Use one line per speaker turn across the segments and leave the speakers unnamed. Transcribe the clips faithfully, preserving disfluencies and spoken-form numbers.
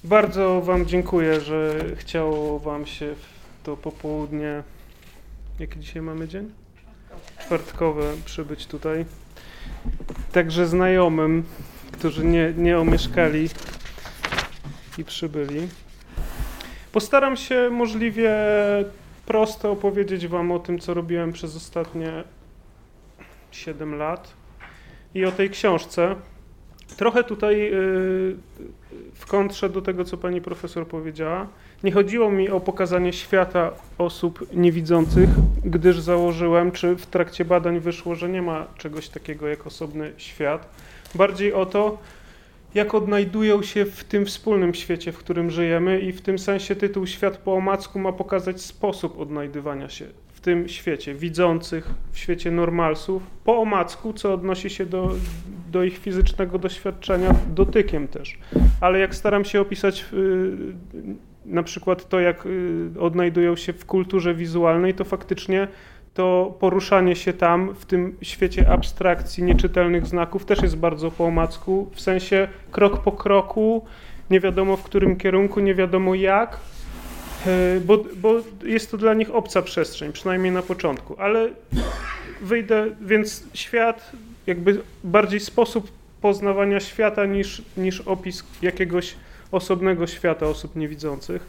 Bardzo wam dziękuję, że chciało wam się w to popołudnie, jaki dzisiaj mamy dzień? Czwartkowe przybyć tutaj. Także znajomym, którzy nie, nie omieszkali i przybyli. Postaram się możliwie prosto opowiedzieć wam o tym, co robiłem przez ostatnie siedem lat i o tej książce. Trochę tutaj w kontrze do tego, co pani profesor powiedziała, nie chodziło mi o pokazanie świata osób niewidzących, gdyż założyłem, czy w trakcie badań wyszło, że nie ma czegoś takiego jak osobny świat. Bardziej o to, jak odnajdują się w tym wspólnym świecie, w którym żyjemy, i w tym sensie tytuł Świat po omacku ma pokazać sposób odnajdywania się w tym świecie widzących, w świecie normalsów, po omacku, co odnosi się do, do ich fizycznego doświadczenia, dotykiem też. Ale jak staram się opisać yy, na przykład to, jak yy, odnajdują się w kulturze wizualnej, to faktycznie to poruszanie się tam, w tym świecie abstrakcji, nieczytelnych znaków, też jest bardzo po omacku, w sensie krok po kroku, nie wiadomo w którym kierunku, nie wiadomo jak, bo, bo jest to dla nich obca przestrzeń, przynajmniej na początku, ale wyjdę, więc świat, jakby bardziej sposób poznawania świata niż, niż opis jakiegoś osobnego świata osób niewidzących.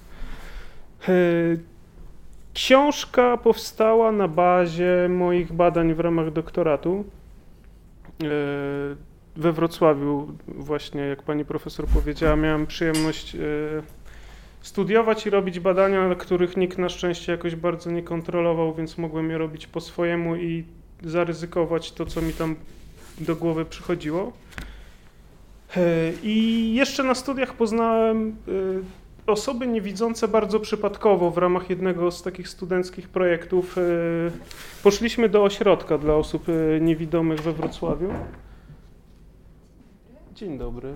Książka powstała na bazie moich badań w ramach doktoratu we Wrocławiu. Właśnie, jak pani profesor powiedziała, miałem przyjemność studiować i robić badania, na których nikt na szczęście jakoś bardzo nie kontrolował, więc mogłem je robić po swojemu i zaryzykować to, co mi tam do głowy przychodziło. I jeszcze na studiach poznałem osoby niewidzące bardzo przypadkowo w ramach jednego z takich studenckich projektów. Poszliśmy do ośrodka dla osób niewidomych we Wrocławiu. Dzień dobry.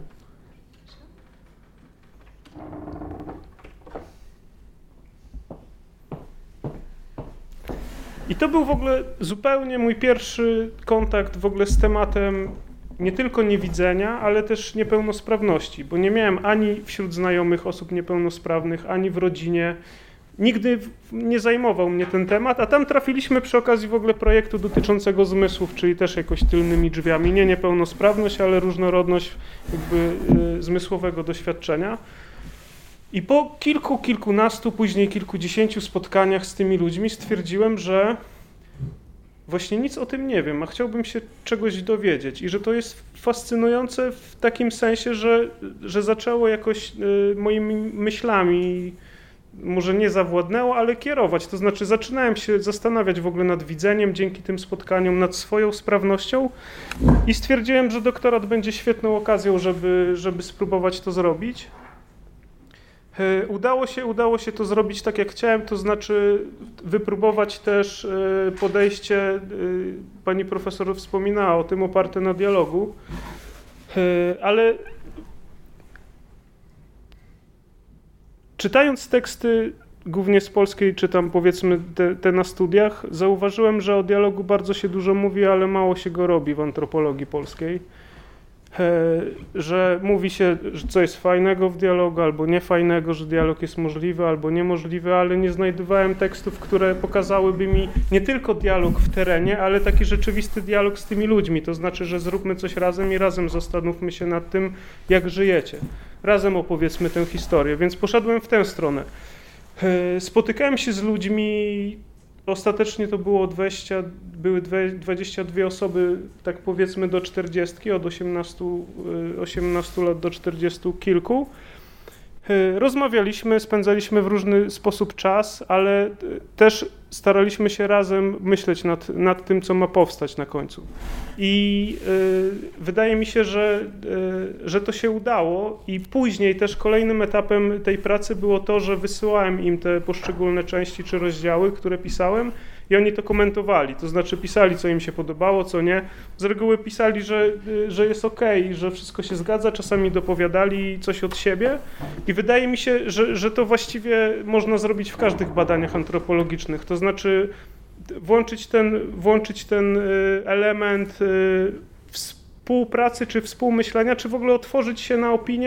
I to był w ogóle zupełnie mój pierwszy kontakt w ogóle z tematem nie tylko niewidzenia, ale też niepełnosprawności, bo nie miałem ani wśród znajomych osób niepełnosprawnych, ani w rodzinie. Nigdy nie zajmował mnie ten temat, a tam trafiliśmy przy okazji w ogóle projektu dotyczącego zmysłów, czyli też jakoś tylnymi drzwiami. Nie niepełnosprawność, ale różnorodność jakby y, zmysłowego doświadczenia. I po kilku, kilkunastu, później kilkudziesięciu spotkaniach z tymi ludźmi stwierdziłem, że właśnie nic o tym nie wiem, a chciałbym się czegoś dowiedzieć i że to jest fascynujące w takim sensie, że, że zaczęło jakoś y, moimi myślami, może nie zawładnęło, ale kierować. To znaczy zaczynałem się zastanawiać w ogóle nad widzeniem dzięki tym spotkaniom, nad swoją sprawnością i stwierdziłem, że doktorat będzie świetną okazją, żeby, żeby spróbować to zrobić. Udało się, udało się to zrobić tak, jak chciałem, to znaczy wypróbować też podejście, pani profesor wspominała o tym, oparte na dialogu, ale czytając teksty, głównie z polskiej, czytam powiedzmy te, te na studiach, zauważyłem, że o dialogu bardzo się dużo mówi, ale mało się go robi w antropologii polskiej. Że mówi się, co jest fajnego w dialogu, albo niefajnego, że dialog jest możliwy, albo niemożliwy, ale nie znajdowałem tekstów, które pokazałyby mi nie tylko dialog w terenie, ale taki rzeczywisty dialog z tymi ludźmi. To znaczy, że zróbmy coś razem i razem zastanówmy się nad tym, jak żyjecie. Razem opowiedzmy tę historię, więc poszedłem w tę stronę. Spotykałem się z ludźmi. Ostatecznie to było dwadzieścia, były dwadzieścia dwie osoby, tak powiedzmy do czterdziestki, od osiemnastu, osiemnastu lat do czterdziestu kilku. Rozmawialiśmy, spędzaliśmy w różny sposób czas, ale też staraliśmy się razem myśleć nad, nad tym, co ma powstać na końcu. I y, wydaje mi się, że, y, że to się udało i później też kolejnym etapem tej pracy było to, że wysyłałem im te poszczególne części czy rozdziały, które pisałem i oni to komentowali, to znaczy pisali, co im się podobało, co nie. Z reguły pisali, że, że jest okej, że wszystko się zgadza, czasami dopowiadali coś od siebie i wydaje mi się, że, że to właściwie można zrobić w każdych badaniach antropologicznych, to znaczy włączyć ten, włączyć ten element współpracy czy współmyślenia, czy w ogóle otworzyć się na opinię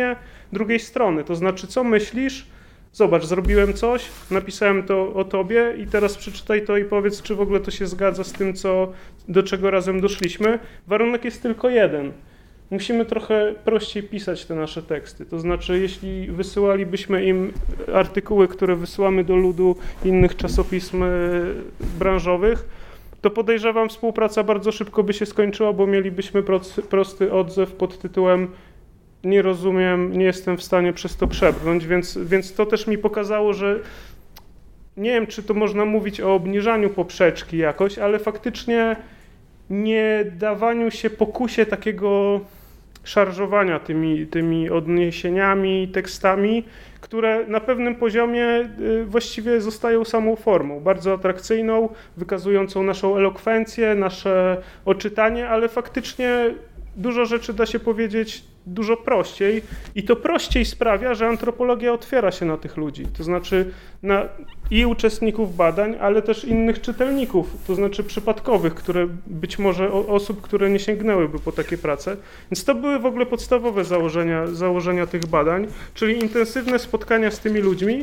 drugiej strony. To znaczy, co myślisz? Zobacz, zrobiłem coś, napisałem to o tobie i teraz przeczytaj to i powiedz, czy w ogóle to się zgadza z tym, co, do czego razem doszliśmy. Warunek jest tylko jeden. Musimy trochę prościej pisać te nasze teksty. To znaczy, jeśli wysyłalibyśmy im artykuły, które wysyłamy do Ludu innych czasopism branżowych, to podejrzewam, współpraca bardzo szybko by się skończyła, bo mielibyśmy prosty odzew pod tytułem nie rozumiem, nie jestem w stanie przez to przebrnąć, więc, więc to też mi pokazało, że nie wiem, czy to można mówić o obniżaniu poprzeczki jakoś, ale faktycznie nie dawaniu się pokusie takiego szarżowania tymi, tymi odniesieniami, tekstami, które na pewnym poziomie właściwie zostają samą formą, bardzo atrakcyjną, wykazującą naszą elokwencję, nasze oczytanie, ale faktycznie dużo rzeczy da się powiedzieć dużo prościej i to prościej sprawia, że antropologia otwiera się na tych ludzi, to znaczy na i uczestników badań, ale też innych czytelników, to znaczy przypadkowych, które być może osób, które nie sięgnęłyby po takie prace. Więc to były w ogóle podstawowe założenia, założenia tych badań, czyli intensywne spotkania z tymi ludźmi,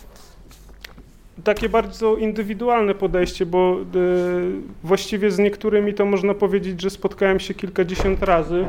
takie bardzo indywidualne podejście, bo y, właściwie z niektórymi to można powiedzieć, że spotkałem się kilkadziesiąt razy.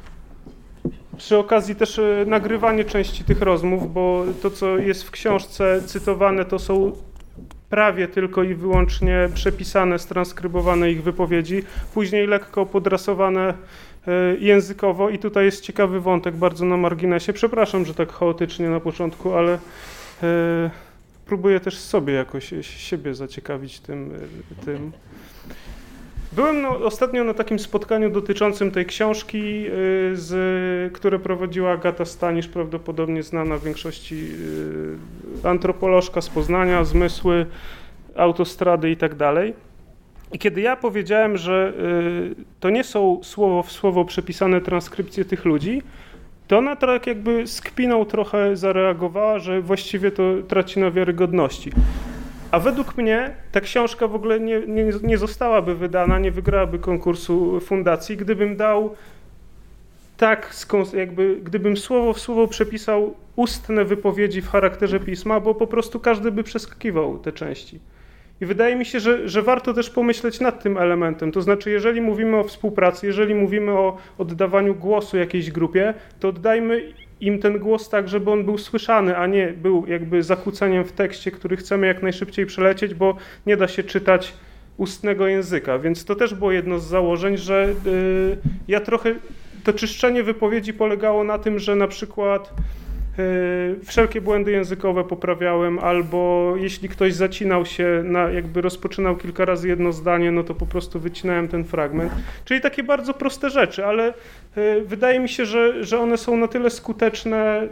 Przy okazji też y, nagrywanie części tych rozmów, bo to, co jest w książce cytowane, to są prawie tylko i wyłącznie przepisane, transkrybowane ich wypowiedzi, później lekko podrasowane y, językowo i tutaj jest ciekawy wątek bardzo na marginesie. Przepraszam, że tak chaotycznie na początku, ale y, próbuję też sobie jakoś siebie zaciekawić tym. tym. Byłem no, ostatnio na takim spotkaniu dotyczącym tej książki, z, które prowadziła Agata Stanisz, prawdopodobnie znana w większości antropolożka z Poznania, Zmysły, Autostrady i tak dalej. I kiedy ja powiedziałem, że to nie są słowo w słowo przepisane transkrypcje tych ludzi, to ona tak jakby z kpiną trochę zareagowała, że właściwie to traci na wiarygodności. A według mnie ta książka w ogóle nie, nie, nie zostałaby wydana, nie wygrałaby konkursu fundacji, gdybym dał tak, jakby, gdybym słowo w słowo przepisał ustne wypowiedzi w charakterze pisma, bo po prostu każdy by przeskakiwał te części. I wydaje mi się, że, że warto też pomyśleć nad tym elementem. To znaczy, jeżeli mówimy o współpracy, jeżeli mówimy o oddawaniu głosu jakiejś grupie, to oddajmy im ten głos tak, żeby on był słyszany, a nie był jakby zakłóceniem w tekście, który chcemy jak najszybciej przelecieć, bo nie da się czytać ustnego języka. Więc to też było jedno z założeń, że yy, ja trochę, to czyszczenie wypowiedzi polegało na tym, że na przykład wszelkie błędy językowe poprawiałem, albo jeśli ktoś zacinał się, na, jakby rozpoczynał kilka razy jedno zdanie, no to po prostu wycinałem ten fragment. Czyli takie bardzo proste rzeczy, ale wydaje mi się, że, że one są na tyle skuteczne,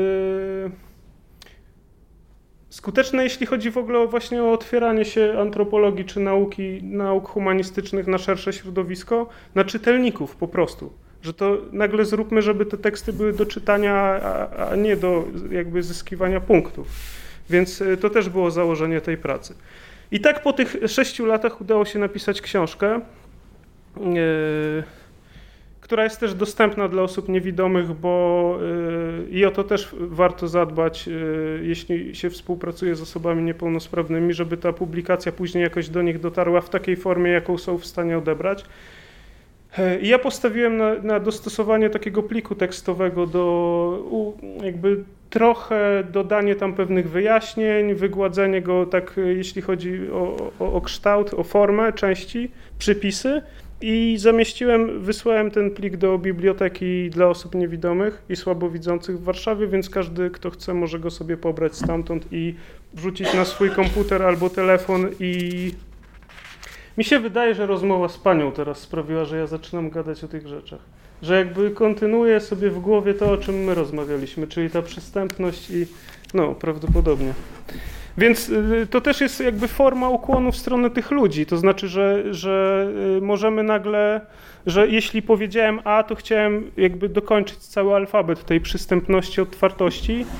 skuteczne, jeśli chodzi w ogóle właśnie o otwieranie się antropologii czy nauki, nauk humanistycznych na szersze środowisko, na czytelników po prostu. Że to nagle zróbmy, żeby te teksty były do czytania, a, a nie do jakby zyskiwania punktów. Więc to też było założenie tej pracy. I tak po tych sześciu latach udało się napisać książkę, yy, która jest też dostępna dla osób niewidomych, bo yy, i o to też warto zadbać, yy, jeśli się współpracuje z osobami niepełnosprawnymi, żeby ta publikacja później jakoś do nich dotarła w takiej formie, jaką są w stanie odebrać. I ja postawiłem na, na dostosowanie takiego pliku tekstowego do jakby trochę dodanie tam pewnych wyjaśnień, wygładzenie go tak, jeśli chodzi o, o, o kształt, o formę części, przypisy i zamieściłem, wysłałem ten plik do biblioteki dla osób niewidomych i słabowidzących w Warszawie, więc każdy, kto chce, może go sobie pobrać stamtąd i wrzucić na swój komputer albo telefon i mi się wydaje, że rozmowa z panią teraz sprawiła, że ja zaczynam gadać o tych rzeczach. Że jakby kontynuuję sobie w głowie to, o czym my rozmawialiśmy, czyli ta przystępność i no, prawdopodobnie. Więc to też jest jakby forma ukłonu w stronę tych ludzi. To znaczy, że, że możemy nagle, że jeśli powiedziałem A, to chciałem jakby dokończyć cały alfabet tej przystępności, otwartości.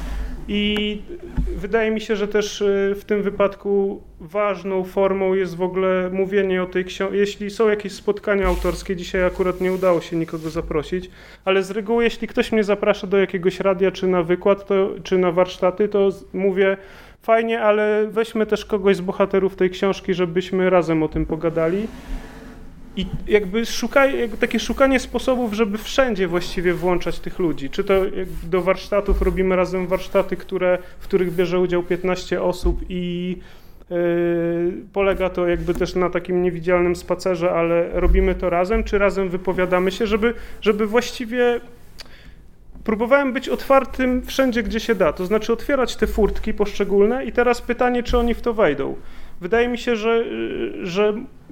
I wydaje mi się, że też w tym wypadku ważną formą jest w ogóle mówienie o tej książce. Jeśli są jakieś spotkania autorskie, dzisiaj akurat nie udało się nikogo zaprosić, ale z reguły jeśli ktoś mnie zaprasza do jakiegoś radia czy na wykład, to, czy na warsztaty, to mówię fajnie, ale weźmy też kogoś z bohaterów tej książki, żebyśmy razem o tym pogadali. I jakby szukaj, jakby takie szukanie sposobów, żeby wszędzie właściwie włączać tych ludzi. Czy to do warsztatów robimy razem warsztaty, które, w których bierze udział piętnaście osób i yy, polega to jakby też na takim niewidzialnym spacerze, ale robimy to razem, czy razem wypowiadamy się, żeby, żeby właściwie próbowałem być otwartym wszędzie, gdzie się da. To znaczy otwierać te furtki poszczególne i teraz pytanie, czy oni w to wejdą. Wydaje mi się, że, że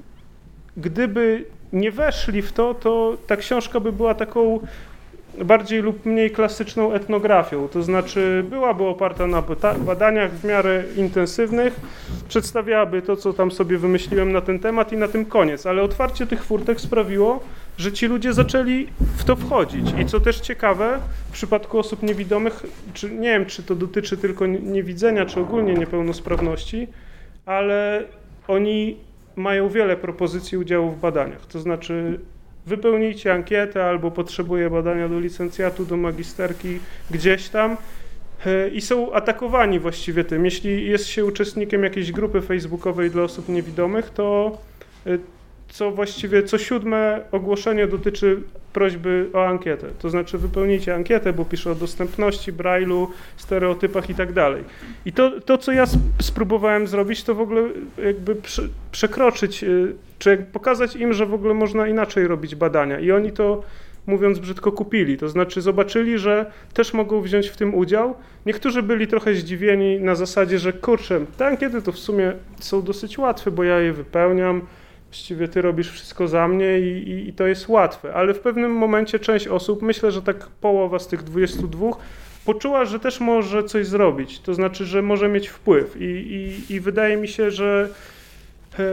gdyby nie weszli w to, to ta książka by była taką bardziej lub mniej klasyczną etnografią, to znaczy byłaby oparta na badaniach w miarę intensywnych, przedstawiałaby to, co tam sobie wymyśliłem na ten temat i na tym koniec, ale otwarcie tych furtek sprawiło, że ci ludzie zaczęli w to wchodzić i co też ciekawe, w przypadku osób niewidomych, czy nie wiem, czy to dotyczy tylko niewidzenia, czy ogólnie niepełnosprawności, ale oni mają wiele propozycji udziału w badaniach, to znaczy wypełnijcie ankietę albo potrzebuję badania do licencjatu, do magisterki gdzieś tam i są atakowani właściwie tym. Jeśli jest się uczestnikiem jakiejś grupy facebookowej dla osób niewidomych, to co właściwie co siódme ogłoszenie dotyczy prośby o ankietę. To znaczy wypełnijcie ankietę, bo pisze o dostępności, brailu, stereotypach i tak dalej. I to, to co ja spróbowałem zrobić, to w ogóle jakby prze, przekroczyć, czy jakby pokazać im, że w ogóle można inaczej robić badania. I oni to, mówiąc brzydko, kupili. To znaczy zobaczyli, że też mogą wziąć w tym udział. Niektórzy byli trochę zdziwieni na zasadzie, że kurczę, te ankiety to w sumie są dosyć łatwe, bo ja je wypełniam. Właściwie ty robisz wszystko za mnie i, i, i to jest łatwe, ale w pewnym momencie część osób, myślę, że tak połowa z tych dwudziestu dwóch, poczuła, że też może coś zrobić, to znaczy, że może mieć wpływ i, i, i wydaje mi się, że e,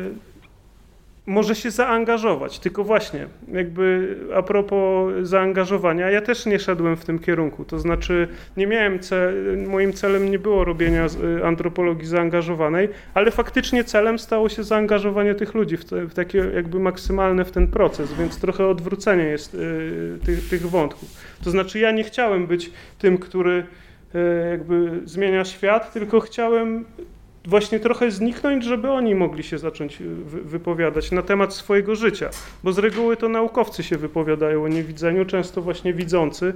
może się zaangażować, tylko właśnie jakby a propos zaangażowania, ja też nie szedłem w tym kierunku, to znaczy nie miałem, ce, moim celem nie było robienia antropologii zaangażowanej, ale faktycznie celem stało się zaangażowanie tych ludzi w, te, w takie jakby maksymalne w ten proces, więc trochę odwrócenie jest y, tych, tych wątków. To znaczy ja nie chciałem być tym, który y, jakby zmienia świat, tylko chciałem właśnie trochę zniknąć, żeby oni mogli się zacząć wypowiadać na temat swojego życia, bo z reguły to naukowcy się wypowiadają o niewidzeniu, często właśnie widzący,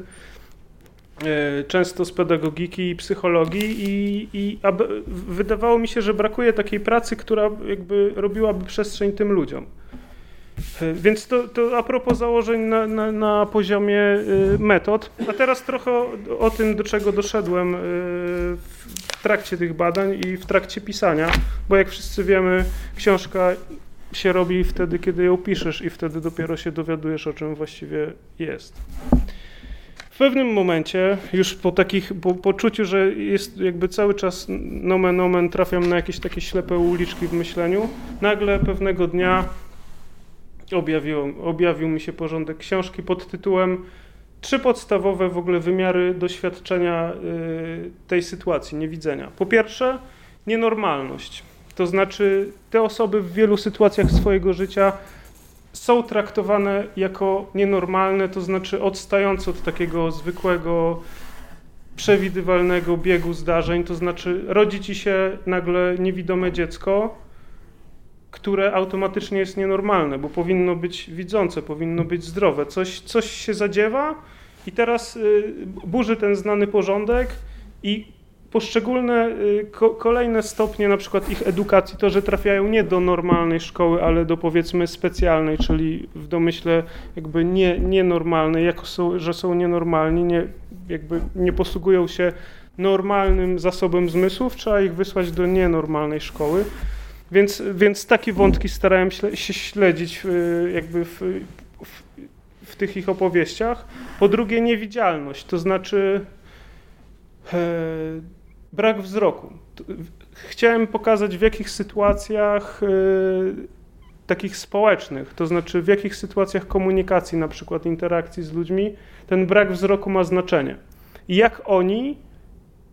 często z pedagogiki i psychologii i, i wydawało mi się, że brakuje takiej pracy, która jakby robiłaby przestrzeń tym ludziom. Więc to, to a propos założeń na, na, na poziomie metod, a teraz trochę o, o tym, do czego doszedłem w trakcie tych badań i w trakcie pisania, bo jak wszyscy wiemy, książka się robi wtedy, kiedy ją piszesz i wtedy dopiero się dowiadujesz, o czym właściwie jest. W pewnym momencie, już po takich, po poczuciu, że jest jakby cały czas nomen omen, trafiam na jakieś takie ślepe uliczki w myśleniu, nagle pewnego dnia objawił, objawił mi się porządek książki pod tytułem Trzy podstawowe w ogóle wymiary doświadczenia y, tej sytuacji, niewidzenia. Po pierwsze, nienormalność. To znaczy te osoby w wielu sytuacjach swojego życia są traktowane jako nienormalne, to znaczy odstające od takiego zwykłego, przewidywalnego biegu zdarzeń. To znaczy rodzi ci się nagle niewidome dziecko, które automatycznie jest nienormalne, bo powinno być widzące, powinno być zdrowe. Coś, coś się zadziewa i teraz y, burzy ten znany porządek i poszczególne y, ko, kolejne stopnie na przykład ich edukacji, to, że trafiają nie do normalnej szkoły, ale do powiedzmy specjalnej, czyli w domyśle jakby nie, nienormalnej, jako są, że są nienormalni, nie, jakby nie posługują się normalnym zasobem zmysłów, trzeba ich wysłać do nienormalnej szkoły. Więc, więc takie wątki starałem się śledzić jakby w, w, w tych ich opowieściach. Po drugie niewidzialność, to znaczy e, brak wzroku. Chciałem pokazać w jakich sytuacjach e, takich społecznych, to znaczy w jakich sytuacjach komunikacji, na przykład interakcji z ludźmi, ten brak wzroku ma znaczenie. I jak oni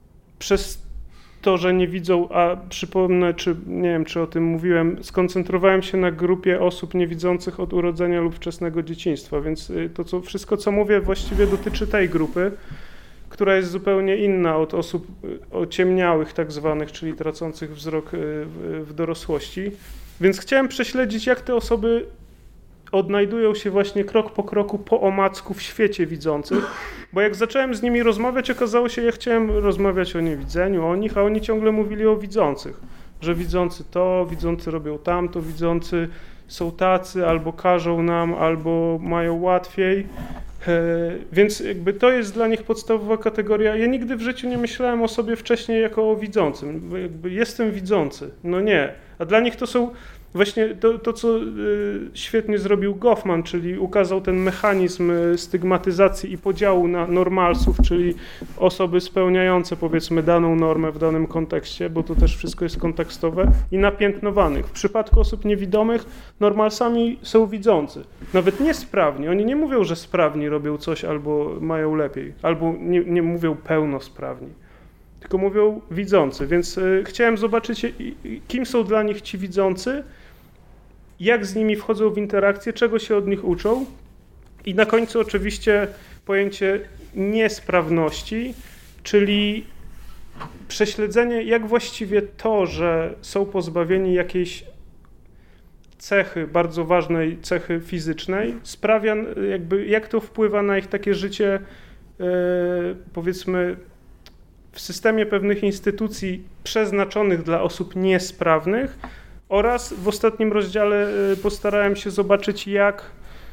przez to, że nie widzą, a przypomnę, czy nie wiem, czy o tym mówiłem, skoncentrowałem się na grupie osób niewidzących od urodzenia lub wczesnego dzieciństwa, więc to co, wszystko, co mówię, właściwie dotyczy tej grupy, która jest zupełnie inna od osób ociemniałych tak zwanych, czyli tracących wzrok w, w dorosłości. Więc chciałem prześledzić, jak te osoby odnajdują się właśnie krok po kroku po omacku w świecie widzących, bo jak zacząłem z nimi rozmawiać, okazało się, że ja chciałem rozmawiać o niewidzeniu, o nich, a oni ciągle mówili o widzących, że widzący to, widzący robią tamto, widzący są tacy, albo każą nam, albo mają łatwiej. Więc jakby to jest dla nich podstawowa kategoria. Ja nigdy w życiu nie myślałem o sobie wcześniej jako o widzącym. Jakby jestem widzący. No nie. A dla nich to są właśnie to, to co świetnie zrobił Goffman, czyli ukazał ten mechanizm stygmatyzacji i podziału na normalsów, czyli osoby spełniające powiedzmy daną normę w danym kontekście, bo to też wszystko jest kontekstowe, i napiętnowanych. W przypadku osób niewidomych normalsami są widzący. Nawet niesprawni. Oni nie mówią, że sprawni robią coś albo mają lepiej, albo nie, nie mówią pełnosprawni, tylko mówią widzący. Więc y, chciałem zobaczyć, y, kim są dla nich ci widzący, jak z nimi wchodzą w interakcję, czego się od nich uczą. I na końcu oczywiście pojęcie niesprawności, czyli prześledzenie, jak właściwie to, że są pozbawieni jakiejś cechy, bardzo ważnej cechy fizycznej, sprawia, jakby, jak to wpływa na ich takie życie, yy, powiedzmy, w systemie pewnych instytucji przeznaczonych dla osób niesprawnych, oraz w ostatnim rozdziale postarałem się zobaczyć, jak,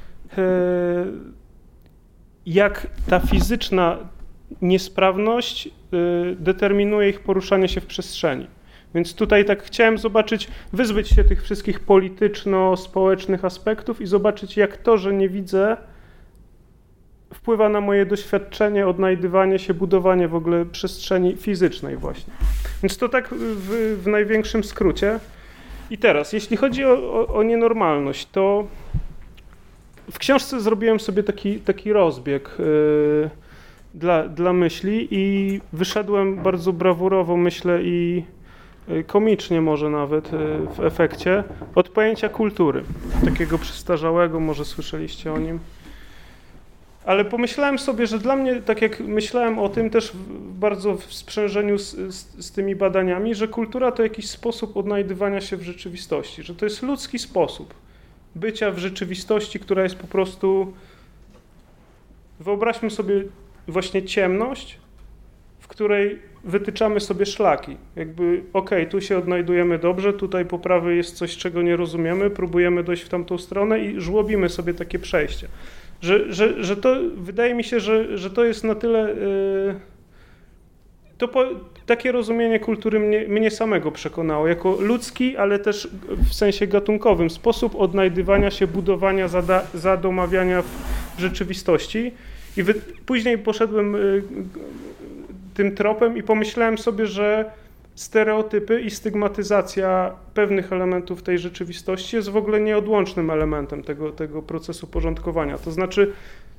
jak ta fizyczna niesprawność determinuje ich poruszanie się w przestrzeni. Więc tutaj tak chciałem zobaczyć, wyzbyć się tych wszystkich polityczno-społecznych aspektów i zobaczyć, jak to, że nie widzę, wpływa na moje doświadczenie, odnajdywanie się, budowanie w ogóle przestrzeni fizycznej właśnie. Więc to tak w, w największym skrócie. I teraz, jeśli chodzi o, o, o nienormalność, to w książce zrobiłem sobie taki, taki rozbieg yy, dla, dla myśli i wyszedłem bardzo brawurowo, myślę, i yy, komicznie może nawet yy, w efekcie, od pojęcia kultury, takiego przestarzałego, może słyszeliście o nim. Ale pomyślałem sobie, że dla mnie, tak jak myślałem o tym też bardzo w sprzężeniu z, z, z tymi badaniami, że kultura to jakiś sposób odnajdywania się w rzeczywistości, że to jest ludzki sposób bycia w rzeczywistości, która jest po prostu, wyobraźmy sobie właśnie ciemność, w której wytyczamy sobie szlaki. Jakby, okej, tu się odnajdujemy dobrze, tutaj po prawej jest coś, czego nie rozumiemy, próbujemy dojść w tamtą stronę i żłobimy sobie takie przejście. Że, że, że to wydaje mi się, że, że to jest na tyle, yy, to po, takie rozumienie kultury mnie, mnie samego przekonało, jako ludzki, ale też w sensie gatunkowym sposób odnajdywania się, budowania, zada, zadomawiania w, w rzeczywistości. I wy, później poszedłem yy, tym tropem i pomyślałem sobie, że stereotypy i stygmatyzacja pewnych elementów tej rzeczywistości jest w ogóle nieodłącznym elementem tego, tego procesu porządkowania. To znaczy,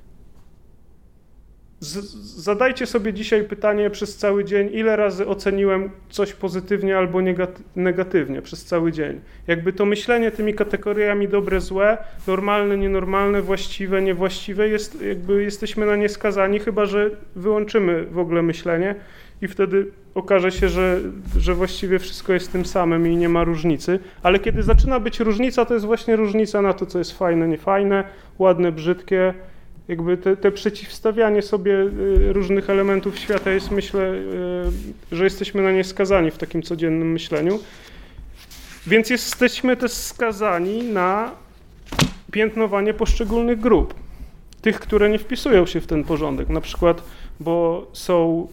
z, zadajcie sobie dzisiaj pytanie przez cały dzień, ile razy oceniłem coś pozytywnie albo negatywnie przez cały dzień. Jakby to myślenie tymi kategoriami dobre, złe, normalne, nienormalne, właściwe, niewłaściwe, jest, jakby jesteśmy na nie skazani, chyba że wyłączymy w ogóle myślenie i wtedy okaże się, że, że właściwie wszystko jest tym samym i nie ma różnicy. Ale kiedy zaczyna być różnica, to jest właśnie różnica na to, co jest fajne, niefajne, ładne, brzydkie. Jakby te, te przeciwstawianie sobie różnych elementów świata jest, myślę, że jesteśmy na nie skazani w takim codziennym myśleniu. Więc jesteśmy też skazani na piętnowanie poszczególnych grup. Tych, które nie wpisują się w ten porządek. Na przykład, bo są...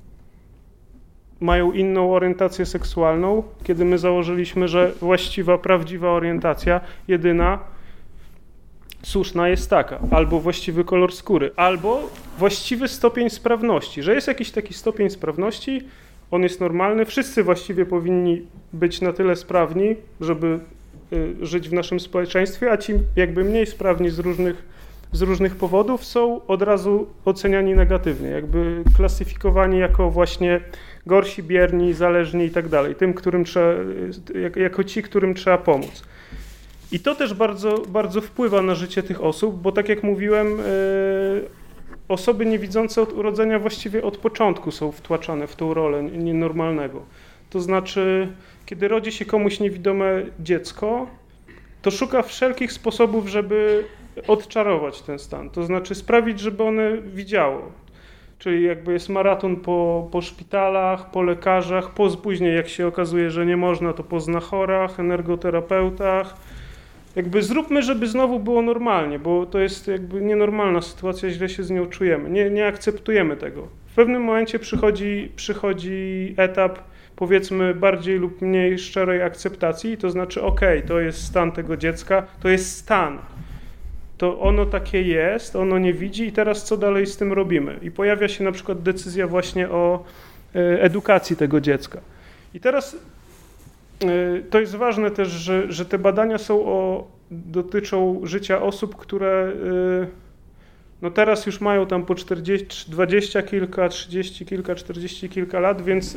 mają inną orientację seksualną, kiedy my założyliśmy, że właściwa, prawdziwa orientacja, jedyna, słuszna jest taka, albo właściwy kolor skóry, albo właściwy stopień sprawności, że jest jakiś taki stopień sprawności, on jest normalny, wszyscy właściwie powinni być na tyle sprawni, żeby y, żyć w naszym społeczeństwie, a ci jakby mniej sprawni z różnych, z różnych powodów są od razu oceniani negatywnie, jakby klasyfikowani jako właśnie gorsi, bierni, zależni i tak dalej, tym, którym trzeba, jako ci, którym trzeba pomóc. I to też bardzo, bardzo wpływa na życie tych osób, bo tak jak mówiłem, osoby niewidzące od urodzenia właściwie od początku są wtłaczane w tą rolę nienormalnego. To znaczy, kiedy rodzi się komuś niewidome dziecko, to szuka wszelkich sposobów, żeby odczarować ten stan. To znaczy sprawić, żeby one widziało. Czyli jakby jest maraton po, po szpitalach, po lekarzach, po później jak się okazuje, że nie można, to po znachorach, energoterapeutach. Jakby zróbmy, żeby znowu było normalnie, bo to jest jakby nienormalna sytuacja, źle się z nią czujemy. Nie, nie akceptujemy tego. W pewnym momencie przychodzi, przychodzi etap, powiedzmy, bardziej lub mniej szczerej akceptacji, to znaczy okej, okay, to jest stan tego dziecka, to jest stan. To ono takie jest, ono nie widzi i teraz co dalej z tym robimy? I pojawia się na przykład decyzja właśnie o edukacji tego dziecka. I teraz to jest ważne też, że, że te badania są o, dotyczą życia osób, które no teraz już mają tam po czterdzieści, dwadzieścia kilka, trzydzieści kilka, czterdzieści kilka lat, więc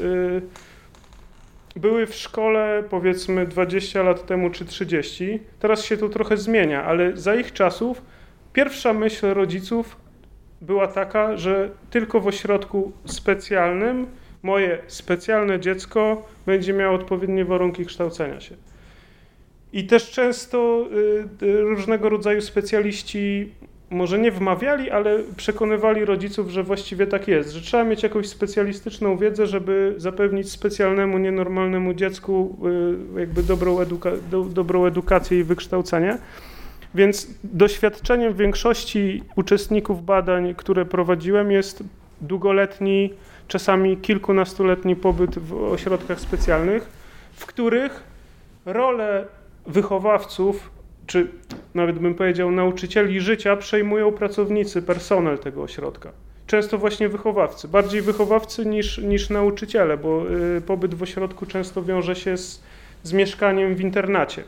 były w szkole powiedzmy dwadzieścia lat temu czy trzydzieści. Teraz się to trochę zmienia, ale za ich czasów pierwsza myśl rodziców była taka, że tylko w ośrodku specjalnym moje specjalne dziecko będzie miało odpowiednie warunki kształcenia się. I też często y, różnego rodzaju specjaliści może nie wmawiali, ale przekonywali rodziców, że właściwie tak jest, że trzeba mieć jakąś specjalistyczną wiedzę, żeby zapewnić specjalnemu, nienormalnemu dziecku y, jakby dobrą, eduka- do, dobrą edukację i wykształcenie. Więc doświadczeniem większości uczestników badań, które prowadziłem, jest długoletni, czasami kilkunastoletni pobyt w ośrodkach specjalnych, w których rolę wychowawców, czy nawet bym powiedział nauczycieli życia przejmują pracownicy, personel tego ośrodka. Często właśnie wychowawcy, bardziej wychowawcy niż, niż nauczyciele, bo pobyt w ośrodku często wiąże się z, z mieszkaniem w internacie.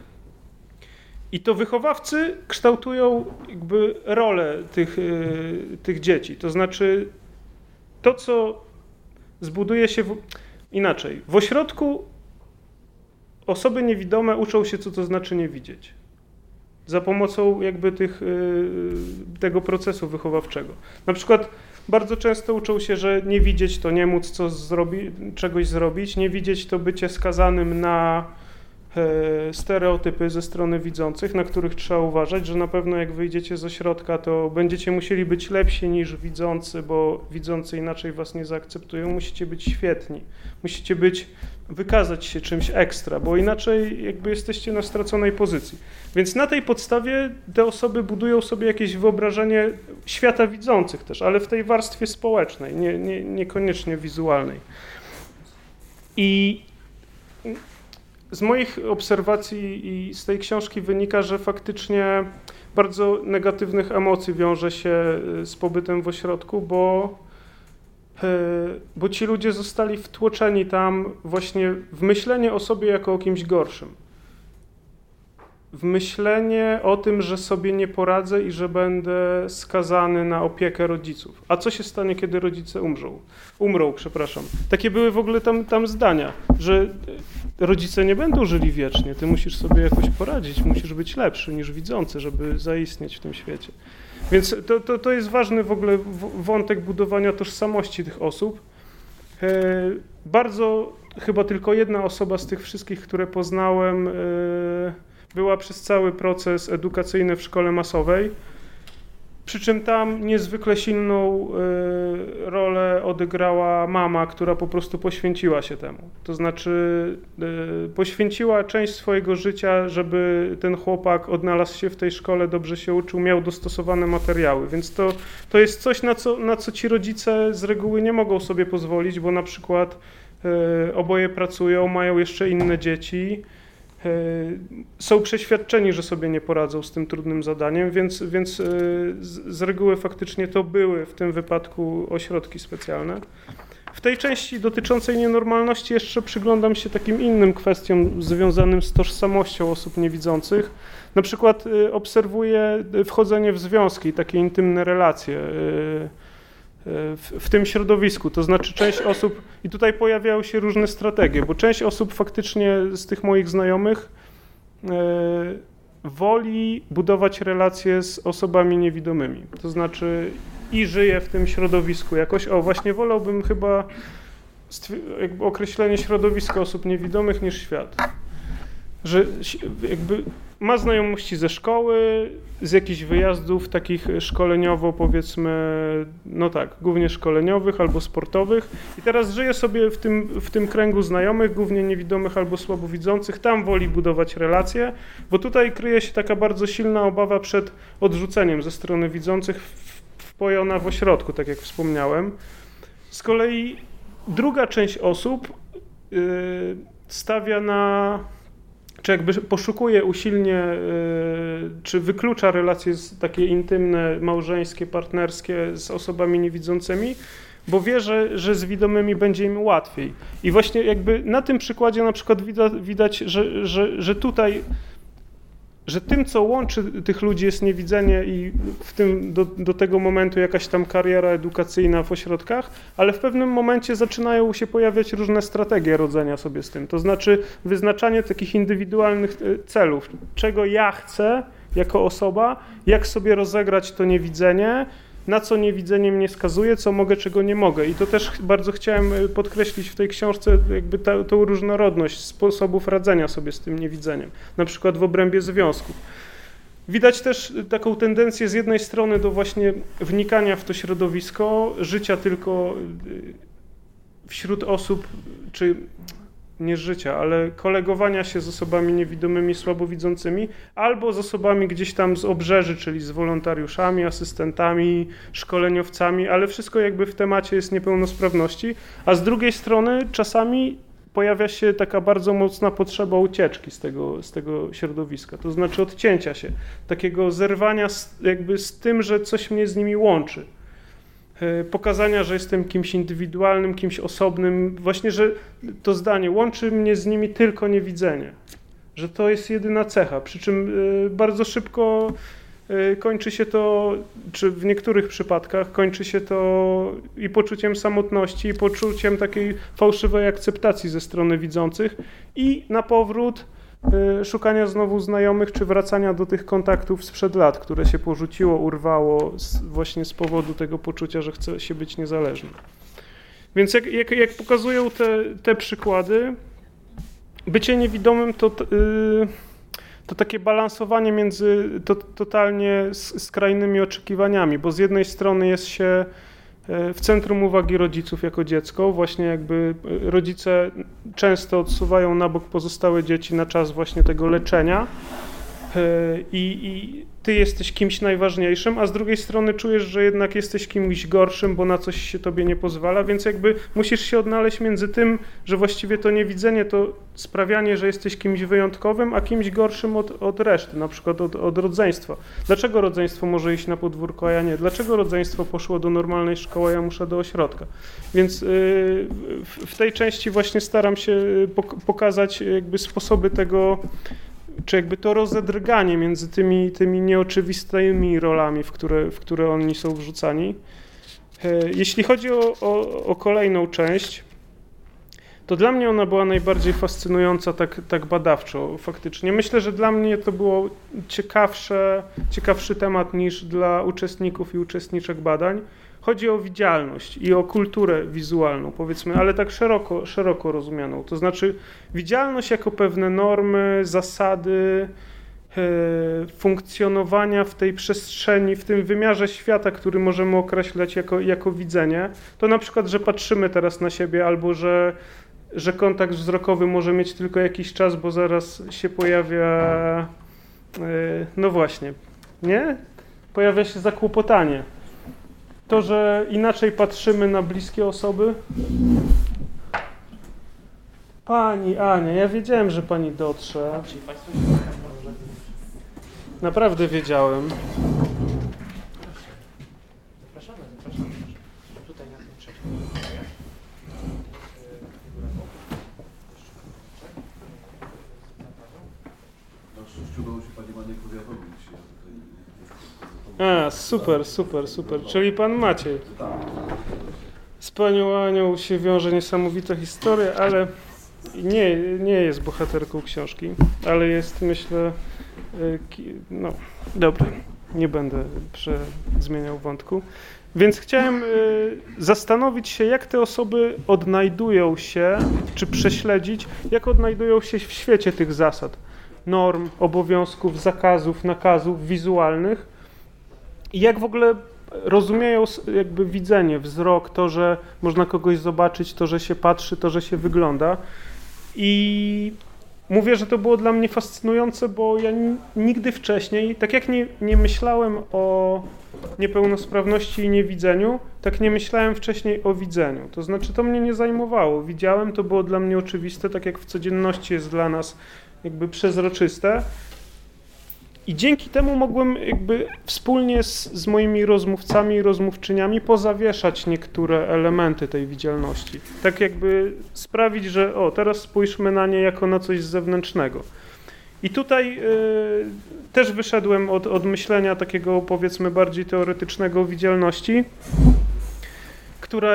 I to wychowawcy kształtują jakby rolę tych, tych dzieci, to znaczy to, co zbuduje się w, inaczej. W ośrodku osoby niewidome uczą się, co to znaczy nie widzieć. Za pomocą jakby tych, tego procesu wychowawczego. Na przykład bardzo często uczą się, że nie widzieć to nie móc co zrobi, czegoś zrobić, nie widzieć to bycie skazanym na stereotypy ze strony widzących, na których trzeba uważać, że na pewno jak wyjdziecie z ośrodka, to będziecie musieli być lepsi niż widzący, bo widzący inaczej was nie zaakceptują. Musicie być świetni. Musicie być, wykazać się czymś ekstra, bo inaczej jakby jesteście na straconej pozycji. Więc na tej podstawie te osoby budują sobie jakieś wyobrażenie świata widzących też, ale w tej warstwie społecznej, nie, nie, niekoniecznie wizualnej. I z moich obserwacji i z tej książki wynika, że faktycznie bardzo negatywnych emocji wiąże się z pobytem w ośrodku, bo, bo ci ludzie zostali wtłoczeni tam właśnie w myślenie o sobie jako o kimś gorszym. W myślenie o tym, że sobie nie poradzę i że będę skazany na opiekę rodziców. A co się stanie, kiedy rodzice umrzą? Umrą, przepraszam. Takie były w ogóle tam, tam zdania, że rodzice nie będą żyli wiecznie, ty musisz sobie jakoś poradzić, musisz być lepszy niż widzący, żeby zaistnieć w tym świecie. Więc to, to, to jest ważny w ogóle wątek budowania tożsamości tych osób. Bardzo chyba tylko jedna osoba z tych wszystkich, które poznałem, była przez cały proces edukacyjny w szkole masowej, przy czym tam niezwykle silną y, rolę odegrała mama, która po prostu poświęciła się temu. To znaczy y, poświęciła część swojego życia, żeby ten chłopak odnalazł się w tej szkole, dobrze się uczył, miał dostosowane materiały. Więc to, to jest coś, na co, na co ci rodzice z reguły nie mogą sobie pozwolić, bo na przykład y, oboje pracują, mają jeszcze inne dzieci, są przeświadczeni, że sobie nie poradzą z tym trudnym zadaniem, więc, więc z reguły faktycznie to były w tym wypadku ośrodki specjalne. W tej części dotyczącej nienormalności jeszcze przyglądam się takim innym kwestiom związanym z tożsamością osób niewidzących. Na przykład obserwuję wchodzenie w związki, takie intymne relacje w, w tym środowisku. To znaczy część osób, i tutaj pojawiają się różne strategie, bo część osób faktycznie z tych moich znajomych e, woli budować relacje z osobami niewidomymi. To znaczy i żyje w tym środowisku jakoś. O, właśnie wolałbym chyba jakby określenie środowiska osób niewidomych niż świat. Że jakby ma znajomości ze szkoły, z jakichś wyjazdów takich szkoleniowo, powiedzmy, no tak, głównie szkoleniowych albo sportowych i teraz żyje sobie w tym, w tym kręgu znajomych, głównie niewidomych albo słabowidzących, tam woli budować relacje, bo tutaj kryje się taka bardzo silna obawa przed odrzuceniem ze strony widzących wpojona w ośrodku, tak jak wspomniałem. Z kolei druga część osób yy, stawia na czy jakby poszukuje usilnie, czy wyklucza relacje takie intymne, małżeńskie, partnerskie z osobami niewidzącymi, bo wie, że, że z widomymi będzie im łatwiej. I właśnie jakby na tym przykładzie na przykład widać, widać że, że, że tutaj, że tym, co łączy tych ludzi jest niewidzenie i w tym do, do tego momentu jakaś tam kariera edukacyjna w ośrodkach, ale w pewnym momencie zaczynają się pojawiać różne strategie rodzenia sobie z tym. To znaczy wyznaczanie takich indywidualnych celów, czego ja chcę jako osoba, jak sobie rozegrać to niewidzenie, na co niewidzenie mnie skazuje, co mogę, czego nie mogę. I to też bardzo chciałem podkreślić w tej książce jakby ta, tą różnorodność sposobów radzenia sobie z tym niewidzeniem, na przykład w obrębie związków. Widać też taką tendencję z jednej strony do właśnie wnikania w to środowisko, życia tylko wśród osób, czy nie życia, ale kolegowania się z osobami niewidomymi, słabowidzącymi, albo z osobami gdzieś tam z obrzeży, czyli z wolontariuszami, asystentami, szkoleniowcami, ale wszystko jakby w temacie jest niepełnosprawności, a z drugiej strony czasami pojawia się taka bardzo mocna potrzeba ucieczki z tego, z tego środowiska, to znaczy odcięcia się, takiego zerwania z, jakby z tym, że coś mnie z nimi łączy. Pokazania, że jestem kimś indywidualnym, kimś osobnym, właśnie, że to zdanie łączy mnie z nimi tylko niewidzenie, że to jest jedyna cecha, przy czym bardzo szybko kończy się to, czy w niektórych przypadkach kończy się to i poczuciem samotności, i poczuciem takiej fałszywej akceptacji ze strony widzących i na powrót szukania znowu znajomych, czy wracania do tych kontaktów sprzed lat, które się porzuciło, urwało z, właśnie z powodu tego poczucia, że chce się być niezależnym. Więc jak, jak, jak pokazują te, te przykłady, bycie niewidomym to, yy, to takie balansowanie między to, totalnie skrajnymi oczekiwaniami, bo z jednej strony jest się w centrum uwagi rodziców jako dziecko, właśnie jakby rodzice często odsuwają na bok pozostałe dzieci na czas właśnie tego leczenia i, i ty jesteś kimś najważniejszym, a z drugiej strony czujesz, że jednak jesteś kimś gorszym, bo na coś się tobie nie pozwala, więc jakby musisz się odnaleźć między tym, że właściwie to niewidzenie to sprawianie, że jesteś kimś wyjątkowym, a kimś gorszym od, od reszty, na przykład od, od rodzeństwa. Dlaczego rodzeństwo może iść na podwórko, a ja nie? Dlaczego rodzeństwo poszło do normalnej szkoły, a ja muszę do ośrodka? Więc yy, w, w tej części właśnie staram się pok- pokazać jakby sposoby tego, czy jakby to rozedrganie między tymi, tymi nieoczywistymi rolami, w które, w które oni są wrzucani. Jeśli chodzi o, o, o kolejną część, to dla mnie ona była najbardziej fascynująca tak, tak badawczo faktycznie. Myślę, że dla mnie to było ciekawsze, ciekawszy temat niż dla uczestników i uczestniczek badań. Chodzi o widzialność i o kulturę wizualną, powiedzmy, ale tak szeroko, szeroko rozumianą. To znaczy widzialność jako pewne normy, zasady e, funkcjonowania w tej przestrzeni, w tym wymiarze świata, który możemy określać jako, jako widzenie. To na przykład, że patrzymy teraz na siebie albo że, że kontakt wzrokowy może mieć tylko jakiś czas, bo zaraz się pojawia, e, no właśnie, nie? Pojawia się zakłopotanie. To, że inaczej patrzymy na bliskie osoby. Pani Ania, ja wiedziałem, że pani dotrze. Naprawdę wiedziałem.
Zapraszamy, zapraszamy. Tutaj na tym trzecim.
Udało się pani Maniek powiadomić.
A, super, super, super. Czyli pan Maciej.
Tak.
panią Anią się wiąże niesamowita historia, ale nie, nie jest bohaterką książki, ale jest, myślę, no dobra, nie będę prze, zmieniał wątku. Więc chciałem zastanowić się, jak te osoby odnajdują się, czy prześledzić, jak odnajdują się w świecie tych zasad, norm, obowiązków, zakazów, nakazów wizualnych i jak w ogóle rozumieją jakby widzenie, wzrok, to, że można kogoś zobaczyć, to, że się patrzy, to, że się wygląda. I mówię, że to było dla mnie fascynujące, bo ja nigdy wcześniej, tak jak nie, nie myślałem o niepełnosprawności i niewidzeniu, tak nie myślałem wcześniej o widzeniu. To znaczy, to mnie nie zajmowało. Widziałem, to było dla mnie oczywiste, tak jak w codzienności jest dla nas jakby przezroczyste. I dzięki temu mogłem jakby wspólnie z, z moimi rozmówcami i rozmówczyniami pozawieszać niektóre elementy tej widzialności. Tak jakby sprawić, że o, teraz spójrzmy na nie jako na coś zewnętrznego. I tutaj y, też wyszedłem od, od myślenia takiego, powiedzmy, bardziej teoretycznego o widzialności, która,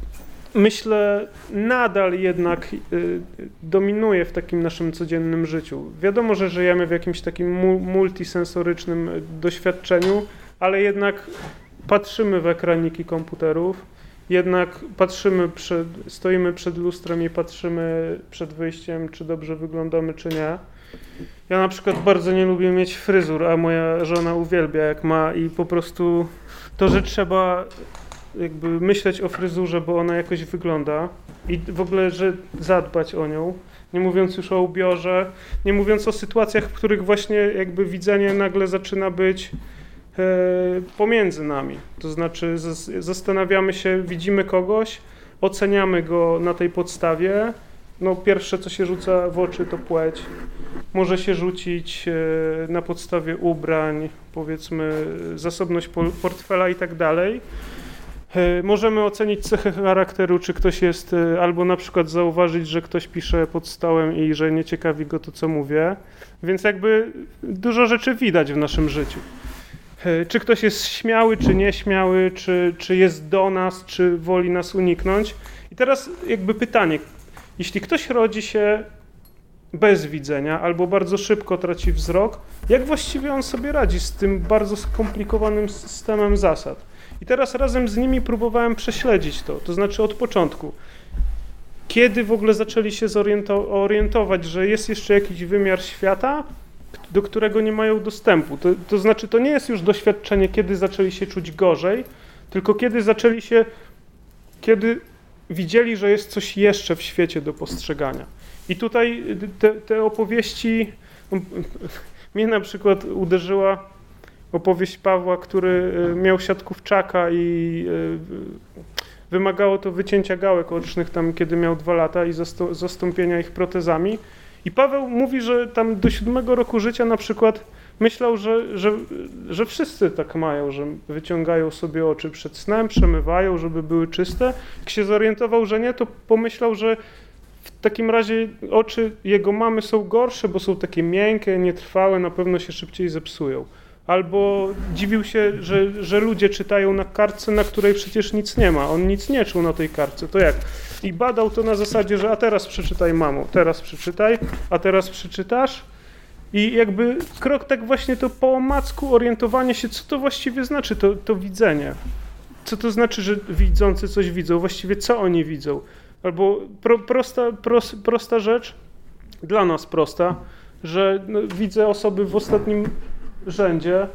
myślę, nadal jednak y, dominuje w takim naszym codziennym życiu. Wiadomo, że żyjemy w jakimś takim mu, multisensorycznym doświadczeniu, ale jednak patrzymy w ekraniki komputerów, jednak patrzymy, przed, stoimy przed lustrem i patrzymy przed wyjściem, czy dobrze wyglądamy, czy nie. Ja na przykład bardzo nie lubię mieć fryzur, a moja żona uwielbia, jak ma, i po prostu to, że trzeba jakby myśleć o fryzurze, bo ona jakoś wygląda i w ogóle, że zadbać o nią, nie mówiąc już o ubiorze, nie mówiąc o sytuacjach, w których właśnie jakby widzenie nagle zaczyna być e, pomiędzy nami. To znaczy z, zastanawiamy się, widzimy kogoś, oceniamy go na tej podstawie. No pierwsze, co się rzuca w oczy, to płeć. Może się rzucić e, na podstawie ubrań, powiedzmy zasobność portfela i tak dalej. Możemy ocenić cechy charakteru, czy ktoś jest, albo na przykład zauważyć, że ktoś pisze pod stołem i że nie ciekawi go to, co mówię. Więc jakby dużo rzeczy widać w naszym życiu. Czy ktoś jest śmiały, czy nieśmiały, czy, czy jest do nas, czy woli nas uniknąć. I teraz jakby pytanie, jeśli ktoś rodzi się bez widzenia albo bardzo szybko traci wzrok, jak właściwie on sobie radzi z tym bardzo skomplikowanym systemem zasad? I teraz razem z nimi próbowałem prześledzić to, to znaczy od początku. Kiedy w ogóle zaczęli się zorientować, że jest jeszcze jakiś wymiar świata, do którego nie mają dostępu. To, to znaczy to nie jest już doświadczenie, kiedy zaczęli się czuć gorzej, tylko kiedy zaczęli się, kiedy widzieli, że jest coś jeszcze w świecie do postrzegania. I tutaj te, te opowieści, mnie na przykład uderzyła opowieść Pawła, który miał siatkówczaka i wymagało to wycięcia gałek ocznych tam, kiedy miał dwa lata i zastąpienia ich protezami. I Paweł mówi, że tam do siódmego roku życia na przykład myślał, że, że, że wszyscy tak mają, że wyciągają sobie oczy przed snem, przemywają, żeby były czyste. Jak się zorientował, że nie, to pomyślał, że w takim razie oczy jego mamy są gorsze, bo są takie miękkie, nietrwałe, na pewno się szybciej zepsują. Albo dziwił się, że, że ludzie czytają na kartce, na której przecież nic nie ma. On nic nie czuł na tej kartce. To jak? I badał to na zasadzie, że a teraz przeczytaj, mamo, teraz przeczytaj, a teraz przeczytasz. I jakby krok tak właśnie to po omacku orientowanie się, co to właściwie znaczy, to, to widzenie. Co to znaczy, że widzący coś widzą? Właściwie co oni widzą? Albo pro, prosta, pros, prosta rzecz, dla nas prosta, że no, widzę osoby w ostatnim rzędzie,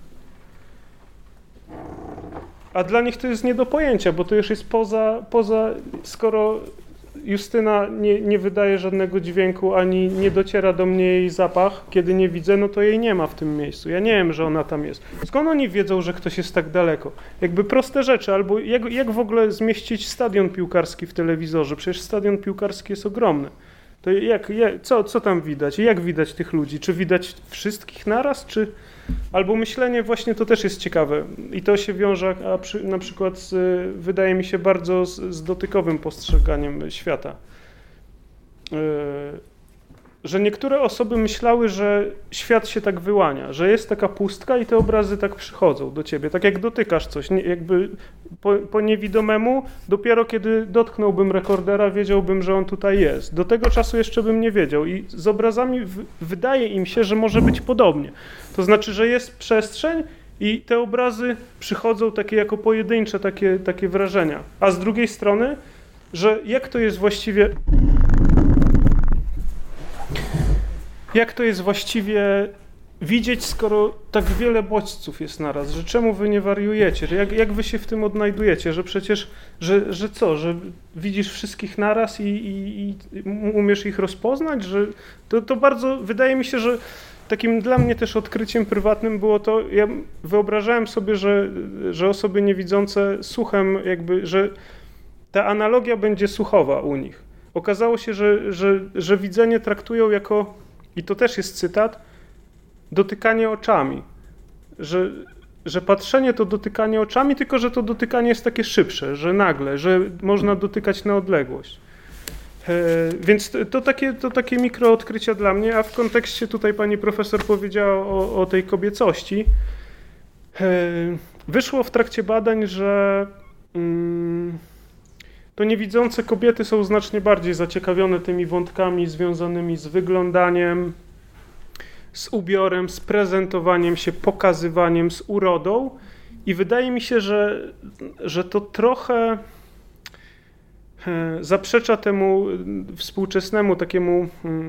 a dla nich to jest nie do pojęcia, bo to już jest poza, poza skoro Justyna nie, nie wydaje żadnego dźwięku, ani nie dociera do mnie jej zapach, kiedy nie widzę, no to jej nie ma w tym miejscu. Ja nie wiem, że ona tam jest. Skąd oni wiedzą, że ktoś jest tak daleko? Jakby proste rzeczy, albo jak, jak w ogóle zmieścić stadion piłkarski w telewizorze? Przecież stadion piłkarski jest ogromny. To jak, jak, co, co tam widać? Jak widać tych ludzi? Czy widać wszystkich naraz? Czy... Albo myślenie właśnie to też jest ciekawe. I to się wiąże a przy, na przykład z, wydaje mi się, bardzo z, z dotykowym postrzeganiem świata. Yy, że niektóre osoby myślały, że świat się tak wyłania, że jest taka pustka i te obrazy tak przychodzą do ciebie, tak jak dotykasz coś, nie, jakby po, po niewidomemu, dopiero kiedy dotknąłbym rekordera, wiedziałbym, że on tutaj jest. Do tego czasu jeszcze bym nie wiedział i z obrazami w, wydaje im się, że może być podobnie. To znaczy, że jest przestrzeń i te obrazy przychodzą takie jako pojedyncze takie, takie wrażenia. A z drugiej strony, że jak to jest właściwie... Jak to jest właściwie widzieć, skoro tak wiele bodźców jest naraz, że czemu wy nie wariujecie, że jak, jak wy się w tym odnajdujecie, że przecież, że, że co, że widzisz wszystkich naraz i, i, i umiesz ich rozpoznać, że to, to bardzo, wydaje mi się, że takim dla mnie też odkryciem prywatnym było to, ja wyobrażałem sobie, że, że osoby niewidzące słuchem jakby, że ta analogia będzie słuchowa u nich. Okazało się, że, że, że widzenie traktują jako, i to też jest cytat, dotykanie oczami. Że, że patrzenie to dotykanie oczami, tylko że to dotykanie jest takie szybsze, że nagle, że można dotykać na odległość. E, więc to, to, takie, to takie mikroodkrycia dla mnie, a w kontekście tutaj pani profesor powiedziała o, o tej kobiecości. E, wyszło w trakcie badań, że mm, to niewidzące kobiety są znacznie bardziej zaciekawione tymi wątkami związanymi z wyglądaniem, z ubiorem, z prezentowaniem się, pokazywaniem, z urodą i wydaje mi się, że, że to trochę zaprzecza temu współczesnemu takiemu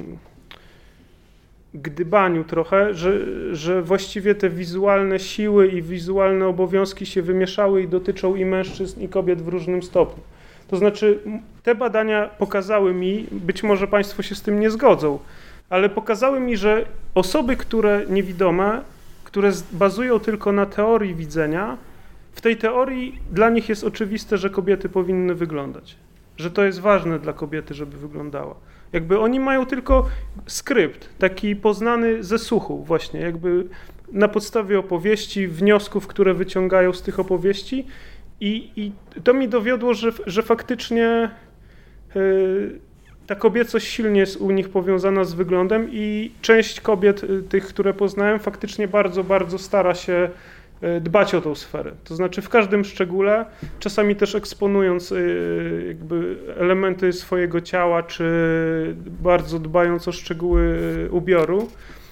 gdybaniu trochę, że, że właściwie te wizualne siły i wizualne obowiązki się wymieszały i dotyczą i mężczyzn, i kobiet w różnym stopniu. To znaczy, te badania pokazały mi, być może państwo się z tym nie zgodzą, ale pokazały mi, że osoby, które niewidome, które bazują tylko na teorii widzenia, w tej teorii dla nich jest oczywiste, że kobiety powinny wyglądać. Że to jest ważne dla kobiety, żeby wyglądała. Jakby oni mają tylko skrypt, taki poznany ze słuchu właśnie, jakby na podstawie opowieści, wniosków, które wyciągają z tych opowieści. I, i to mi dowiodło, że, że faktycznie yy, ta kobiecość silnie jest u nich powiązana z wyglądem i część kobiet, yy, tych, które poznałem, faktycznie bardzo, bardzo stara się yy, dbać o tą sferę. To znaczy w każdym szczególe, czasami też eksponując yy, jakby elementy swojego ciała, czy bardzo dbając o szczegóły yy, ubioru,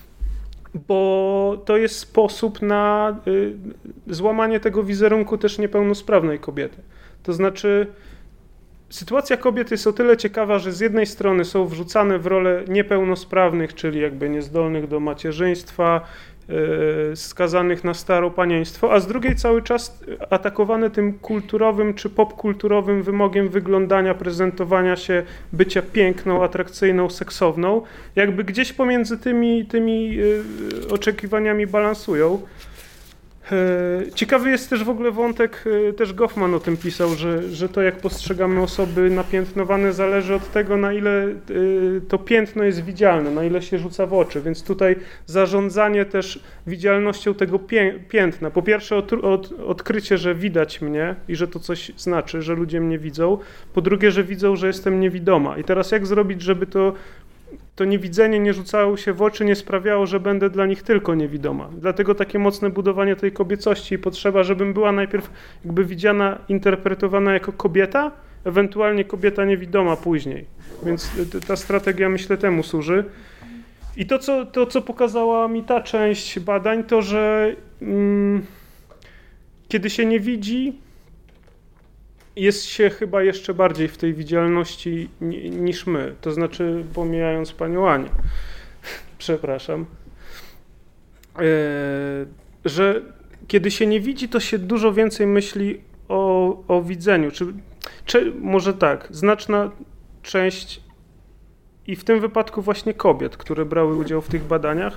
bo to jest sposób na y, złamanie tego wizerunku też niepełnosprawnej kobiety. To znaczy sytuacja kobiet jest o tyle ciekawa, że z jednej strony są wrzucane w rolę niepełnosprawnych, czyli jakby niezdolnych do macierzyństwa, y, skazanych na staropanieństwo, a z drugiej cały czas atakowane tym kulturowym czy popkulturowym wymogiem wyglądania, prezentowania się, bycia piękną, atrakcyjną, seksowną, jakby gdzieś pomiędzy tymi, tymi y, oczekiwaniami balansują. Ciekawy jest też w ogóle wątek, też Goffman o tym pisał, że, że to jak postrzegamy osoby napiętnowane zależy od tego, na ile to piętno jest widzialne, na ile się rzuca w oczy, więc tutaj zarządzanie też widzialnością tego piętna. Po pierwsze od, od, odkrycie, że widać mnie i że to coś znaczy, że ludzie mnie widzą, po drugie, że widzą, że jestem niewidoma i teraz jak zrobić, żeby to to niewidzenie nie rzucało się w oczy, nie sprawiało, że będę dla nich tylko niewidoma. Dlatego takie mocne budowanie tej kobiecości i potrzeba, żebym była najpierw jakby widziana, interpretowana jako kobieta, ewentualnie kobieta niewidoma później. Więc ta strategia, myślę, temu służy. I to, co, to, co pokazała mi ta część badań, to, że mm, kiedy się nie widzi, jest się chyba jeszcze bardziej w tej widzialności niż my, to znaczy pomijając panią Anię, przepraszam, e, że kiedy się nie widzi, to się dużo więcej myśli o, o widzeniu, czy, czy może tak, znaczna część i w tym wypadku właśnie kobiet, które brały udział w tych badaniach,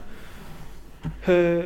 e,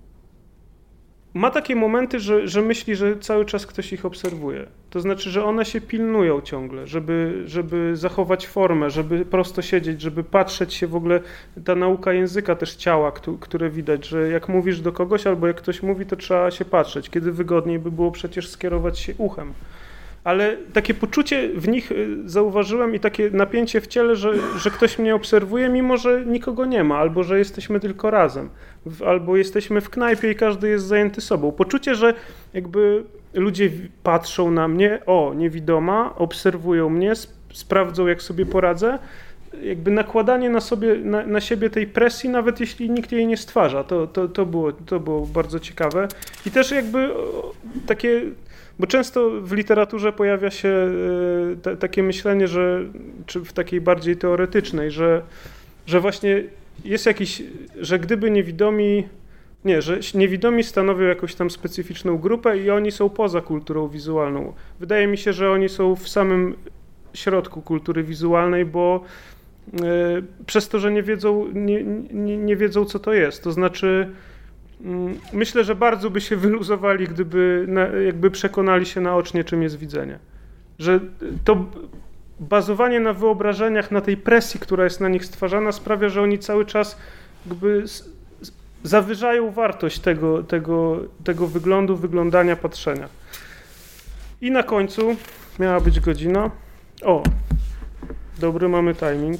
ma takie momenty, że, że myśli, że cały czas ktoś ich obserwuje. To znaczy, że one się pilnują ciągle, żeby, żeby zachować formę, żeby prosto siedzieć, żeby patrzeć się w ogóle, ta nauka języka też ciała, które widać, że jak mówisz do kogoś albo jak ktoś mówi, to trzeba się patrzeć, kiedy wygodniej by było przecież skierować się uchem. ale takie poczucie w nich zauważyłem i takie napięcie w ciele, że, że ktoś mnie obserwuje, mimo że nikogo nie ma, albo że jesteśmy tylko razem, albo jesteśmy w knajpie i każdy jest zajęty sobą. Poczucie, że jakby ludzie patrzą na mnie, o, niewidoma, obserwują mnie, sp- sprawdzą, jak sobie poradzę, jakby nakładanie na, sobie, na, na siebie tej presji, nawet jeśli nikt jej nie stwarza, to, to, to, było, to było bardzo ciekawe. I też jakby takie, bo często w literaturze pojawia się te, takie myślenie, że, czy w takiej bardziej teoretycznej, że, że właśnie jest jakiś, że gdyby niewidomi, nie, że niewidomi stanowią jakąś tam specyficzną grupę i oni są poza kulturą wizualną. Wydaje mi się, że oni są w samym środku kultury wizualnej, bo przez to, że nie wiedzą, nie, nie, nie wiedzą, co to jest. To znaczy, myślę, że bardzo by się wyluzowali, gdyby na, jakby przekonali się naocznie, czym jest widzenie. Że to bazowanie na wyobrażeniach, na tej presji, która jest na nich stwarzana, sprawia, że oni cały czas jakby zawyżają wartość tego, tego, tego wyglądu, wyglądania, patrzenia. I na końcu miała być godzina. O! Dobry, mamy timing.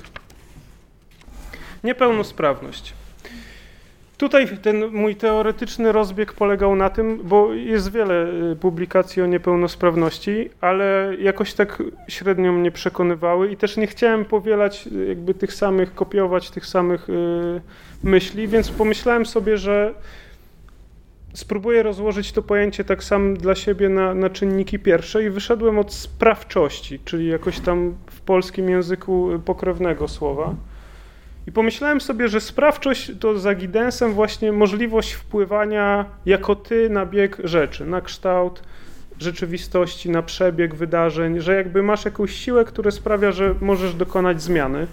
Niepełnosprawność. Tutaj ten mój teoretyczny rozbieg polegał na tym, bo jest wiele publikacji o niepełnosprawności, ale jakoś tak średnio mnie przekonywały i też nie chciałem powielać jakby tych samych, kopiować tych samych yy, myśli, więc pomyślałem sobie, że spróbuję rozłożyć to pojęcie tak sam dla siebie na, na czynniki pierwsze i wyszedłem od sprawczości, czyli jakoś tam w polskim języku pokrewnego słowa. I pomyślałem sobie, że sprawczość to za Giddensem właśnie możliwość wpływania jako ty na bieg rzeczy, na kształt rzeczywistości, na przebieg wydarzeń, że jakby masz jakąś siłę, która sprawia, że możesz dokonać zmiany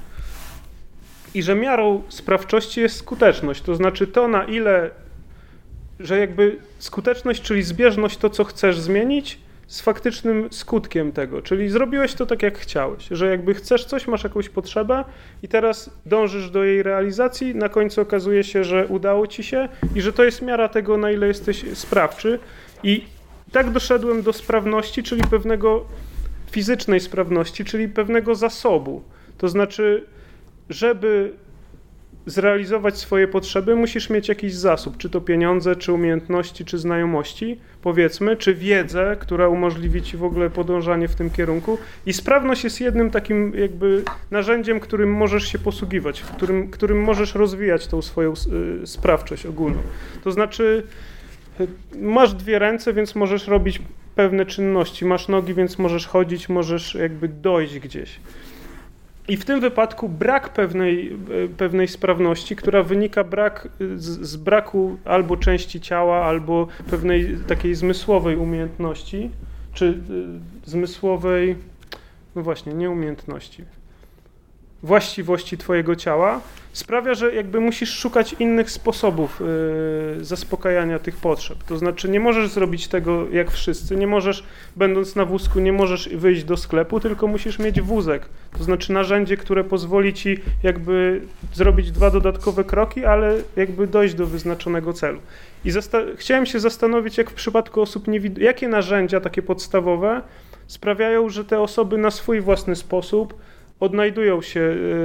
i że miarą sprawczości jest skuteczność, to znaczy to, na ile, że jakby skuteczność, czyli zbieżność to, co chcesz zmienić, z faktycznym skutkiem tego, czyli zrobiłeś to tak, jak chciałeś, że jakby chcesz coś, masz jakąś potrzebę i teraz dążysz do jej realizacji, na końcu okazuje się, że udało ci się i że to jest miara tego, na ile jesteś sprawczy i tak doszedłem do sprawności, czyli pewnego fizycznej sprawności, czyli pewnego zasobu, to znaczy, żeby zrealizować swoje potrzeby, musisz mieć jakiś zasób, czy to pieniądze, czy umiejętności, czy znajomości, powiedzmy, czy wiedzę, która umożliwi ci w ogóle podążanie w tym kierunku. I sprawność jest jednym takim jakby narzędziem, którym możesz się posługiwać, którym, którym możesz rozwijać tą swoją y, sprawczość ogólną. To znaczy, y, masz dwie ręce, więc możesz robić pewne czynności, masz nogi, więc możesz chodzić, możesz jakby dojść gdzieś. I w tym wypadku brak pewnej, pewnej sprawności, która wynika brak, z, z braku albo części ciała, albo pewnej takiej zmysłowej umiejętności, czy y, zmysłowej, no właśnie, nie umiejętności, właściwości twojego ciała, sprawia, że jakby musisz szukać innych sposobów y, zaspokajania tych potrzeb. To znaczy nie możesz zrobić tego jak wszyscy, nie możesz, będąc na wózku, nie możesz wyjść do sklepu, tylko musisz mieć wózek. To znaczy narzędzie, które pozwoli ci jakby zrobić dwa dodatkowe kroki, ale jakby dojść do wyznaczonego celu. I zasta- chciałem się zastanowić, jak w przypadku osób niewidomych, jakie narzędzia takie podstawowe sprawiają, że te osoby na swój własny sposób odnajdują się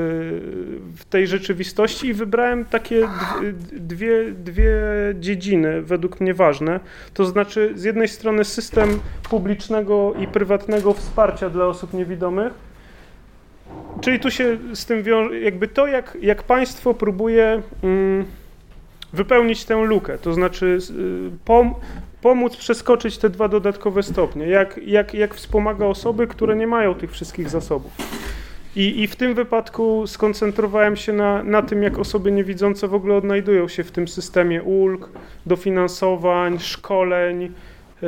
w tej rzeczywistości i wybrałem takie dwie, dwie dziedziny według mnie ważne. To znaczy z jednej strony system publicznego i prywatnego wsparcia dla osób niewidomych, czyli tu się z tym wiąże jakby to, jak, jak państwo próbuje mm, wypełnić tę lukę, to znaczy pom- pomóc przeskoczyć te dwa dodatkowe stopnie, jak, jak, jak wspomaga osoby, które nie mają tych wszystkich zasobów. I, I w tym wypadku skoncentrowałem się na, na tym, jak osoby niewidzące w ogóle odnajdują się w tym systemie ulg, dofinansowań, szkoleń, yy,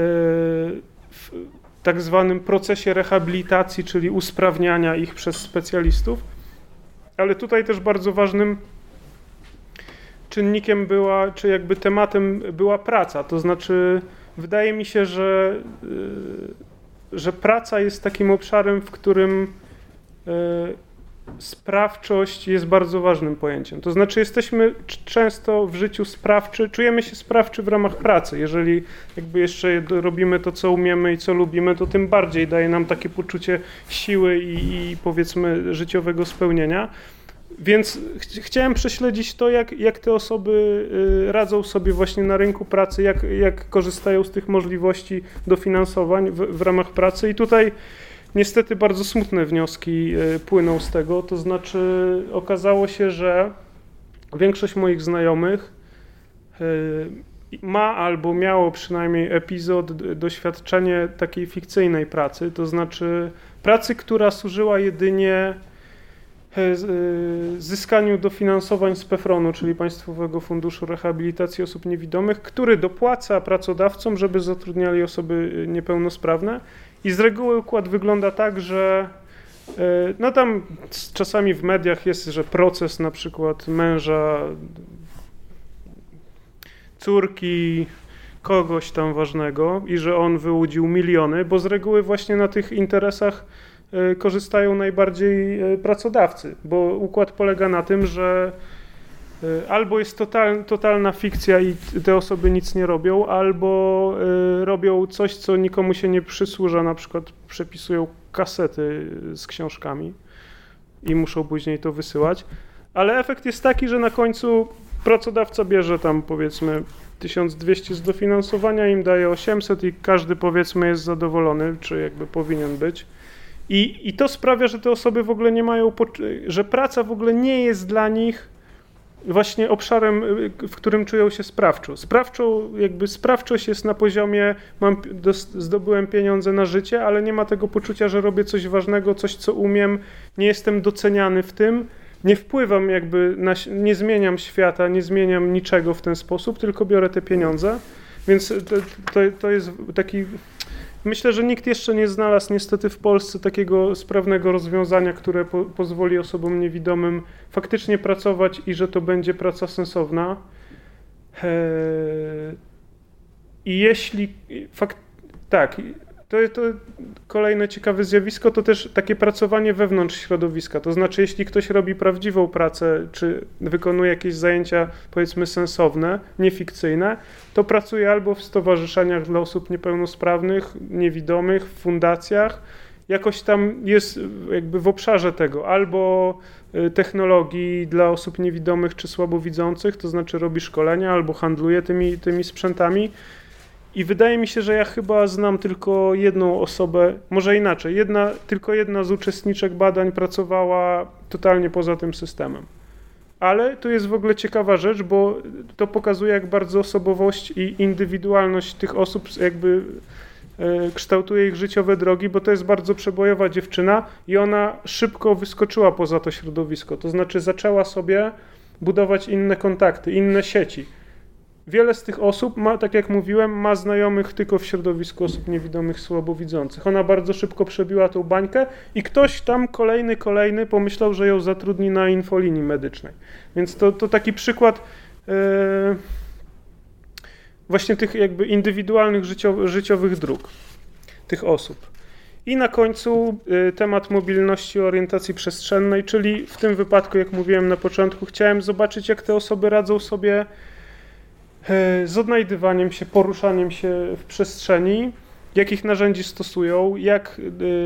w tak zwanym procesie rehabilitacji, czyli usprawniania ich przez specjalistów. Ale tutaj też bardzo ważnym czynnikiem była, czy jakby tematem była praca. To znaczy, wydaje mi się, że, yy, że praca jest takim obszarem, w którym sprawczość jest bardzo ważnym pojęciem. To znaczy jesteśmy często w życiu sprawczy, czujemy się sprawczy w ramach pracy. Jeżeli jakby jeszcze robimy to, co umiemy i co lubimy, to tym bardziej daje nam takie poczucie siły i, i powiedzmy życiowego spełnienia. Więc ch- chciałem prześledzić to, jak, jak te osoby y, radzą sobie właśnie na rynku pracy, jak, jak korzystają z tych możliwości dofinansowań w, w ramach pracy. I tutaj niestety bardzo smutne wnioski y, płyną z tego. To znaczy okazało się, że większość moich znajomych y, ma albo miało przynajmniej epizod, doświadczenie takiej fikcyjnej pracy. To znaczy pracy, która służyła jedynie zyskaniu dofinansowań z PEFRON-u, czyli Państwowego Funduszu Rehabilitacji Osób Niewidomych, który dopłaca pracodawcom, żeby zatrudniali osoby niepełnosprawne. I z reguły układ wygląda tak, że no tam czasami w mediach jest, że proces na przykład męża, córki, kogoś tam ważnego i że on wyłudził miliony, bo z reguły właśnie na tych interesach korzystają najbardziej pracodawcy, bo układ polega na tym, że albo jest total, totalna fikcja i te osoby nic nie robią, albo robią coś, co nikomu się nie przysłuża, na przykład przepisują kasety z książkami i muszą później to wysyłać, ale efekt jest taki, że na końcu pracodawca bierze tam powiedzmy tysiąc dwieście z dofinansowania, im daje osiemset i każdy powiedzmy jest zadowolony, czy jakby powinien być. I, I to sprawia, że te osoby w ogóle nie mają, że praca w ogóle nie jest dla nich właśnie obszarem, w którym czują się sprawczo. Sprawczą, jakby sprawczość jest na poziomie, mam, zdobyłem pieniądze na życie, ale nie ma tego poczucia, że robię coś ważnego, coś co umiem, nie jestem doceniany w tym, nie wpływam jakby, na, nie zmieniam świata, nie zmieniam niczego w ten sposób, tylko biorę te pieniądze, więc to, to, to jest taki... Myślę, że nikt jeszcze nie znalazł niestety w Polsce takiego sprawnego rozwiązania, które po, pozwoli osobom niewidomym faktycznie pracować i że to będzie praca sensowna. Eee, I jeśli... Fakt, tak, to, to kolejne ciekawe zjawisko to też takie pracowanie wewnątrz środowiska. To znaczy, jeśli ktoś robi prawdziwą pracę, czy wykonuje jakieś zajęcia, powiedzmy, sensowne, niefikcyjne, to pracuje albo w stowarzyszeniach dla osób niepełnosprawnych, niewidomych, w fundacjach, jakoś tam jest jakby w obszarze tego, albo technologii dla osób niewidomych czy słabowidzących, to znaczy robi szkolenia, albo handluje tymi, tymi sprzętami. I wydaje mi się, że ja chyba znam tylko jedną osobę, może inaczej, jedna, tylko jedna z uczestniczek badań pracowała totalnie poza tym systemem. Ale tu jest w ogóle ciekawa rzecz, bo to pokazuje, jak bardzo osobowość i indywidualność tych osób jakby kształtuje ich życiowe drogi, bo to jest bardzo przebojowa dziewczyna i ona szybko wyskoczyła poza to środowisko. To znaczy zaczęła sobie budować inne kontakty, inne sieci. Wiele z tych osób ma, tak jak mówiłem, ma znajomych tylko w środowisku osób niewidomych, słabowidzących. Ona bardzo szybko przebiła tą bańkę i ktoś tam kolejny, kolejny pomyślał, że ją zatrudni na infolinii medycznej. Więc to, to taki przykład yy, właśnie tych jakby indywidualnych życio, życiowych dróg tych osób. I na końcu yy, temat mobilności, orientacji przestrzennej, czyli w tym wypadku, jak mówiłem na początku, chciałem zobaczyć, jak te osoby radzą sobie z odnajdywaniem się, poruszaniem się w przestrzeni, jakich narzędzi stosują, jak,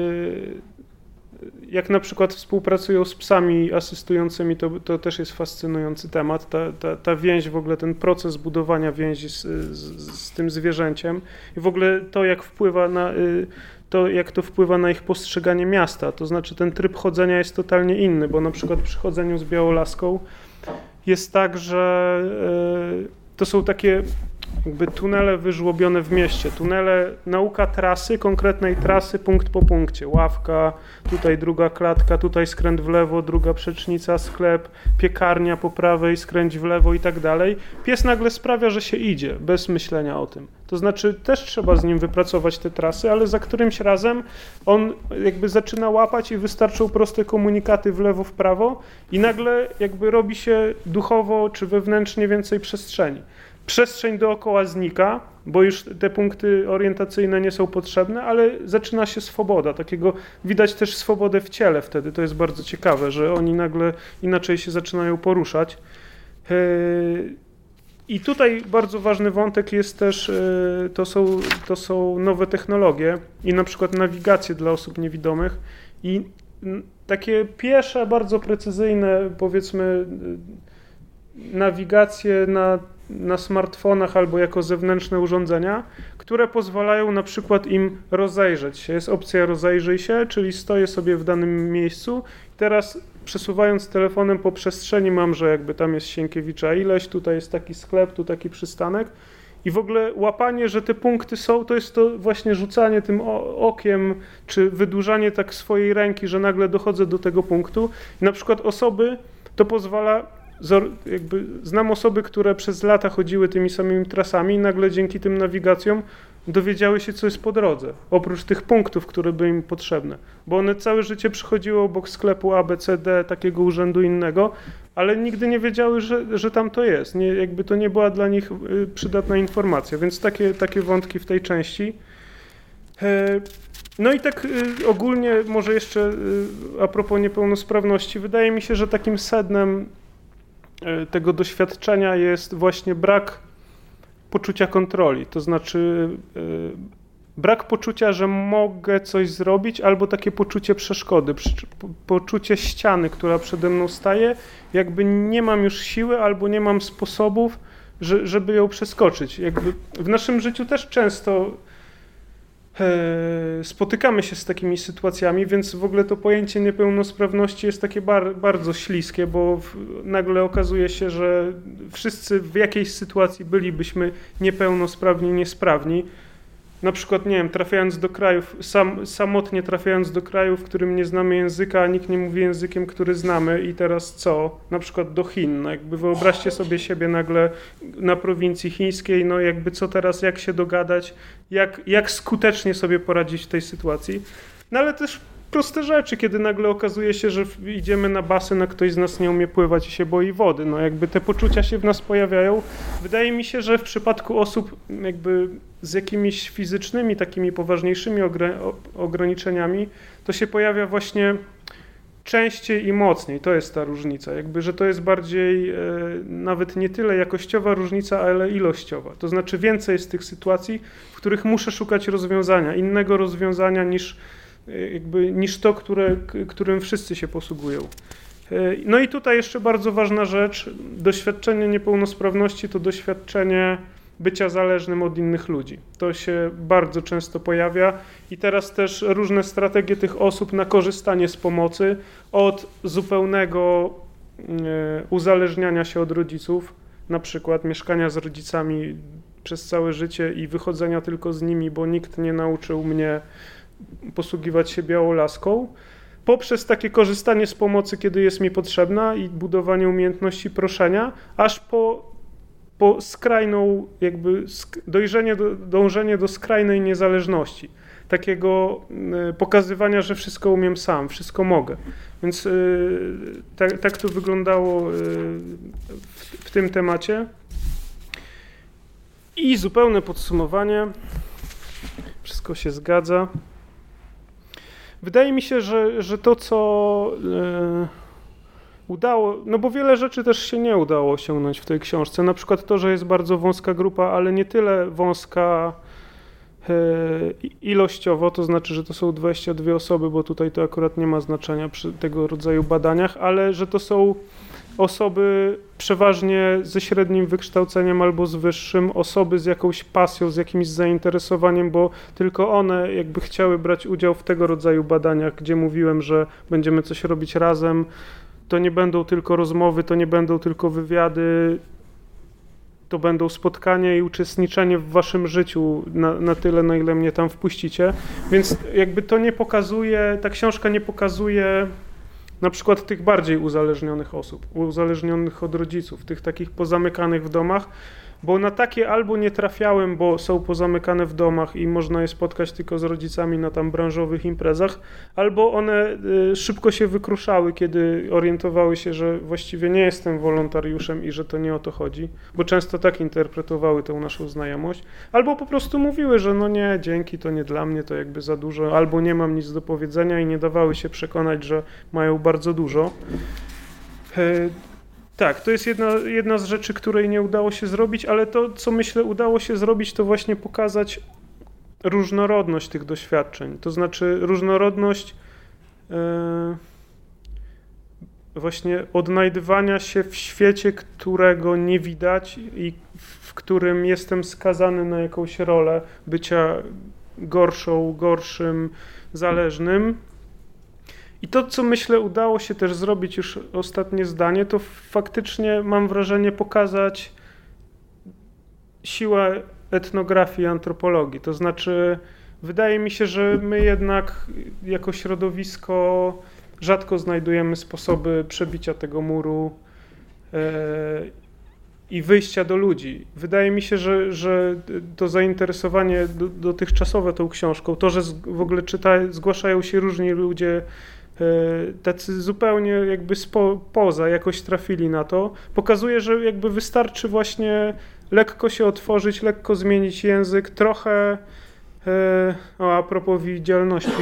jak na przykład współpracują z psami asystującymi, to, to też jest fascynujący temat, ta, ta, ta więź, w ogóle ten proces budowania więzi z, z, z tym zwierzęciem i w ogóle to, jak wpływa na to, jak to wpływa na ich postrzeganie miasta, to znaczy ten tryb chodzenia jest totalnie inny, bo na przykład przy chodzeniu z białolaską jest tak, że to są takie jakby tunele wyżłobione w mieście. Tunele, nauka trasy, konkretnej trasy, punkt po punkcie. Ławka, tutaj druga klatka, tutaj skręt w lewo, druga przecznica, sklep, piekarnia po prawej, skręć w lewo i tak dalej. Pies nagle sprawia, że się idzie, bez myślenia o tym. To znaczy też trzeba z nim wypracować te trasy, ale za którymś razem on jakby zaczyna łapać i wystarczą proste komunikaty w lewo, w prawo i nagle jakby robi się duchowo czy wewnętrznie więcej przestrzeni. przestrzeń dookoła znika, bo już te punkty orientacyjne nie są potrzebne, ale zaczyna się swoboda. Takiego widać też swobodę w ciele wtedy. To jest bardzo ciekawe, że oni nagle inaczej się zaczynają poruszać. I tutaj bardzo ważny wątek jest też, to są, to są nowe technologie i na przykład nawigacje dla osób niewidomych i takie piesze, bardzo precyzyjne, powiedzmy, nawigacje na, na smartfonach albo jako zewnętrzne urządzenia, które pozwalają na przykład im rozejrzeć się. Jest opcja rozejrzyj się, czyli stoję sobie w danym miejscu i teraz przesuwając telefonem po przestrzeni mam, że jakby tam jest Sienkiewicza ileś, tutaj jest taki sklep, tu taki przystanek i w ogóle łapanie, że te punkty są, to jest to właśnie rzucanie tym okiem, czy wydłużanie tak swojej ręki, że nagle dochodzę do tego punktu. I na przykład osoby, to pozwala, jakby znam osoby, które przez lata chodziły tymi samymi trasami i nagle dzięki tym nawigacjom dowiedziały się, co jest po drodze, oprócz tych punktów, które były im potrzebne. Bo one całe życie przychodziły obok sklepu A, B, C, D, takiego urzędu innego, ale nigdy nie wiedziały, że, że tam to jest. Nie, jakby to nie była dla nich przydatna informacja, więc takie, takie wątki w tej części. No i tak ogólnie może jeszcze a propos niepełnosprawności, wydaje mi się, że takim sednem tego doświadczenia jest właśnie brak poczucia kontroli, to znaczy yy, brak poczucia, że mogę coś zrobić, albo takie poczucie przeszkody, po, poczucie ściany, która przede mną staje, jakby nie mam już siły albo nie mam sposobów, że, żeby ją przeskoczyć. Jakby w naszym życiu też często yy, spotykamy się z takimi sytuacjami, więc w ogóle to pojęcie niepełnosprawności jest takie bar, bardzo śliskie, bo w, nagle okazuje się, że wszyscy w jakiejś sytuacji bylibyśmy niepełnosprawni, niesprawni. Na przykład, nie wiem, trafiając do krajów, sam, samotnie trafiając do kraju, w którym nie znamy języka, a nikt nie mówi językiem, który znamy i teraz co? Na przykład do Chin. No jakby wyobraźcie sobie siebie nagle na prowincji chińskiej, no jakby co teraz, jak się dogadać, jak, jak skutecznie sobie poradzić w tej sytuacji. No ale też proste rzeczy, kiedy nagle okazuje się, że idziemy na basen, a ktoś z nas nie umie pływać i się boi wody. No jakby te poczucia się w nas pojawiają. Wydaje mi się, że w przypadku osób jakby z jakimiś fizycznymi, takimi poważniejszymi ograniczeniami, to się pojawia właśnie częściej i mocniej. To jest ta różnica. Jakby, że to jest bardziej e, nawet nie tyle jakościowa różnica, ale ilościowa. To znaczy więcej jest tych sytuacji, w których muszę szukać rozwiązania, innego rozwiązania niż jakby niż to, które, którym wszyscy się posługują. No i tutaj jeszcze bardzo ważna rzecz, doświadczenie niepełnosprawności to doświadczenie bycia zależnym od innych ludzi. To się bardzo często pojawia i teraz też różne strategie tych osób na korzystanie z pomocy, od zupełnego uzależniania się od rodziców, na przykład mieszkania z rodzicami przez całe życie i wychodzenia tylko z nimi, bo nikt nie nauczył mnie posługiwać się białą laską, poprzez takie korzystanie z pomocy, kiedy jest mi potrzebna i budowanie umiejętności proszenia, aż po, po skrajną, jakby dojrzenie do, dążenie do skrajnej niezależności. Takiego pokazywania, że wszystko umiem sam, wszystko mogę. Więc yy, tak, tak to wyglądało yy, w, w tym temacie. I zupełne podsumowanie. Wszystko się zgadza. Wydaje mi się, że, że to, co yy, udało, no bo wiele rzeczy też się nie udało osiągnąć w tej książce. Na przykład to, że jest bardzo wąska grupa, ale nie tyle wąska yy, ilościowo, to znaczy, że to są dwadzieścia dwie osoby, bo tutaj to akurat nie ma znaczenia przy tego rodzaju badaniach, ale że to są osoby przeważnie ze średnim wykształceniem albo z wyższym, osoby z jakąś pasją, z jakimś zainteresowaniem, bo tylko one jakby chciały brać udział w tego rodzaju badaniach, gdzie mówiłem, że będziemy coś robić razem. To nie będą tylko rozmowy, to nie będą tylko wywiady, to będą spotkania i uczestniczenie w waszym życiu na, na tyle, na ile mnie tam wpuścicie. Więc jakby to nie pokazuje, ta książka nie pokazuje na przykład tych bardziej uzależnionych osób, uzależnionych od rodziców, tych takich pozamykanych w domach, bo na takie albo nie trafiałem, bo są pozamykane w domach i można je spotkać tylko z rodzicami na tam branżowych imprezach, albo one y, szybko się wykruszały, kiedy orientowały się, że właściwie nie jestem wolontariuszem i że to nie o to chodzi, bo często tak interpretowały tę naszą znajomość, albo po prostu mówiły, że no nie, dzięki, to nie dla mnie, to jakby za dużo, albo nie mam nic do powiedzenia i nie dawały się przekonać, że mają bardzo dużo. Y, Tak, to jest jedna, jedna z rzeczy, której nie udało się zrobić, ale to, co myślę udało się zrobić, to właśnie pokazać różnorodność tych doświadczeń. To znaczy różnorodność yy, właśnie odnajdywania się w świecie, którego nie widać i w którym jestem skazany na jakąś rolę bycia gorszą, gorszym, zależnym. I to, co myślę udało się też zrobić, już ostatnie zdanie, to faktycznie mam wrażenie pokazać siłę etnografii i antropologii. To znaczy, wydaje mi się, że my jednak jako środowisko rzadko znajdujemy sposoby przebicia tego muru yy, i wyjścia do ludzi. Wydaje mi się, że, że to zainteresowanie do, dotychczasowe tą książką, to, że z, w ogóle czyta, zgłaszają się różni ludzie, tacy zupełnie jakby spo, poza, jakoś trafili na to, pokazuje, że jakby wystarczy właśnie lekko się otworzyć, lekko zmienić język, trochę, o, a propos widzialności,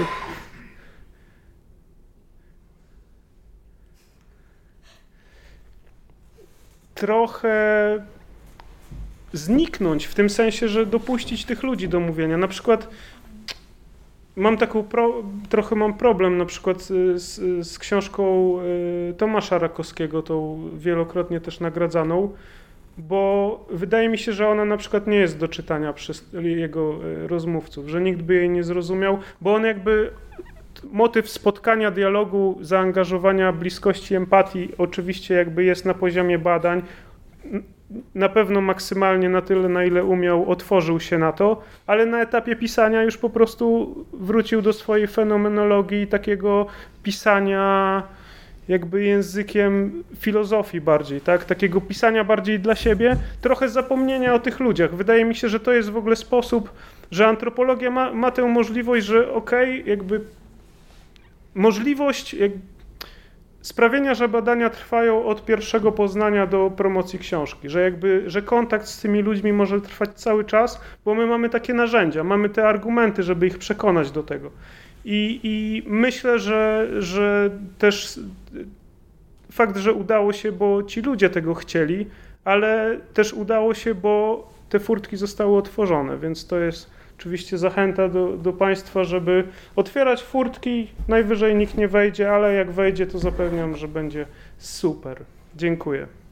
trochę zniknąć, w tym sensie, że dopuścić tych ludzi do mówienia. Na przykład mam taką, pro, trochę mam problem na przykład z, z książką Tomasza Rakowskiego, tą wielokrotnie też nagradzaną, bo wydaje mi się, że ona na przykład nie jest do czytania przez jego rozmówców, że nikt by jej nie zrozumiał, bo on jakby motyw spotkania, dialogu, zaangażowania, bliskości, empatii oczywiście jakby jest na poziomie badań, na pewno maksymalnie na tyle, na ile umiał, otworzył się na to, ale na etapie pisania już po prostu wrócił do swojej fenomenologii, takiego pisania jakby językiem filozofii bardziej, tak? Takiego pisania bardziej dla siebie, trochę zapomnienia o tych ludziach. Wydaje mi się, że to jest w ogóle sposób, że antropologia ma, ma tę możliwość, że okej, okay, jakby możliwość jak, sprawienia, że badania trwają od pierwszego poznania do promocji książki, że jakby, że kontakt z tymi ludźmi może trwać cały czas, bo my mamy takie narzędzia, mamy te argumenty, żeby ich przekonać do tego. I, i myślę, że, że też fakt, że udało się, bo ci ludzie tego chcieli, ale też udało się, bo te furtki zostały otworzone, więc to jest oczywiście zachęta do, do Państwa, żeby otwierać furtki, najwyżej nikt nie wejdzie, ale jak wejdzie, to zapewniam, że będzie super. Dziękuję.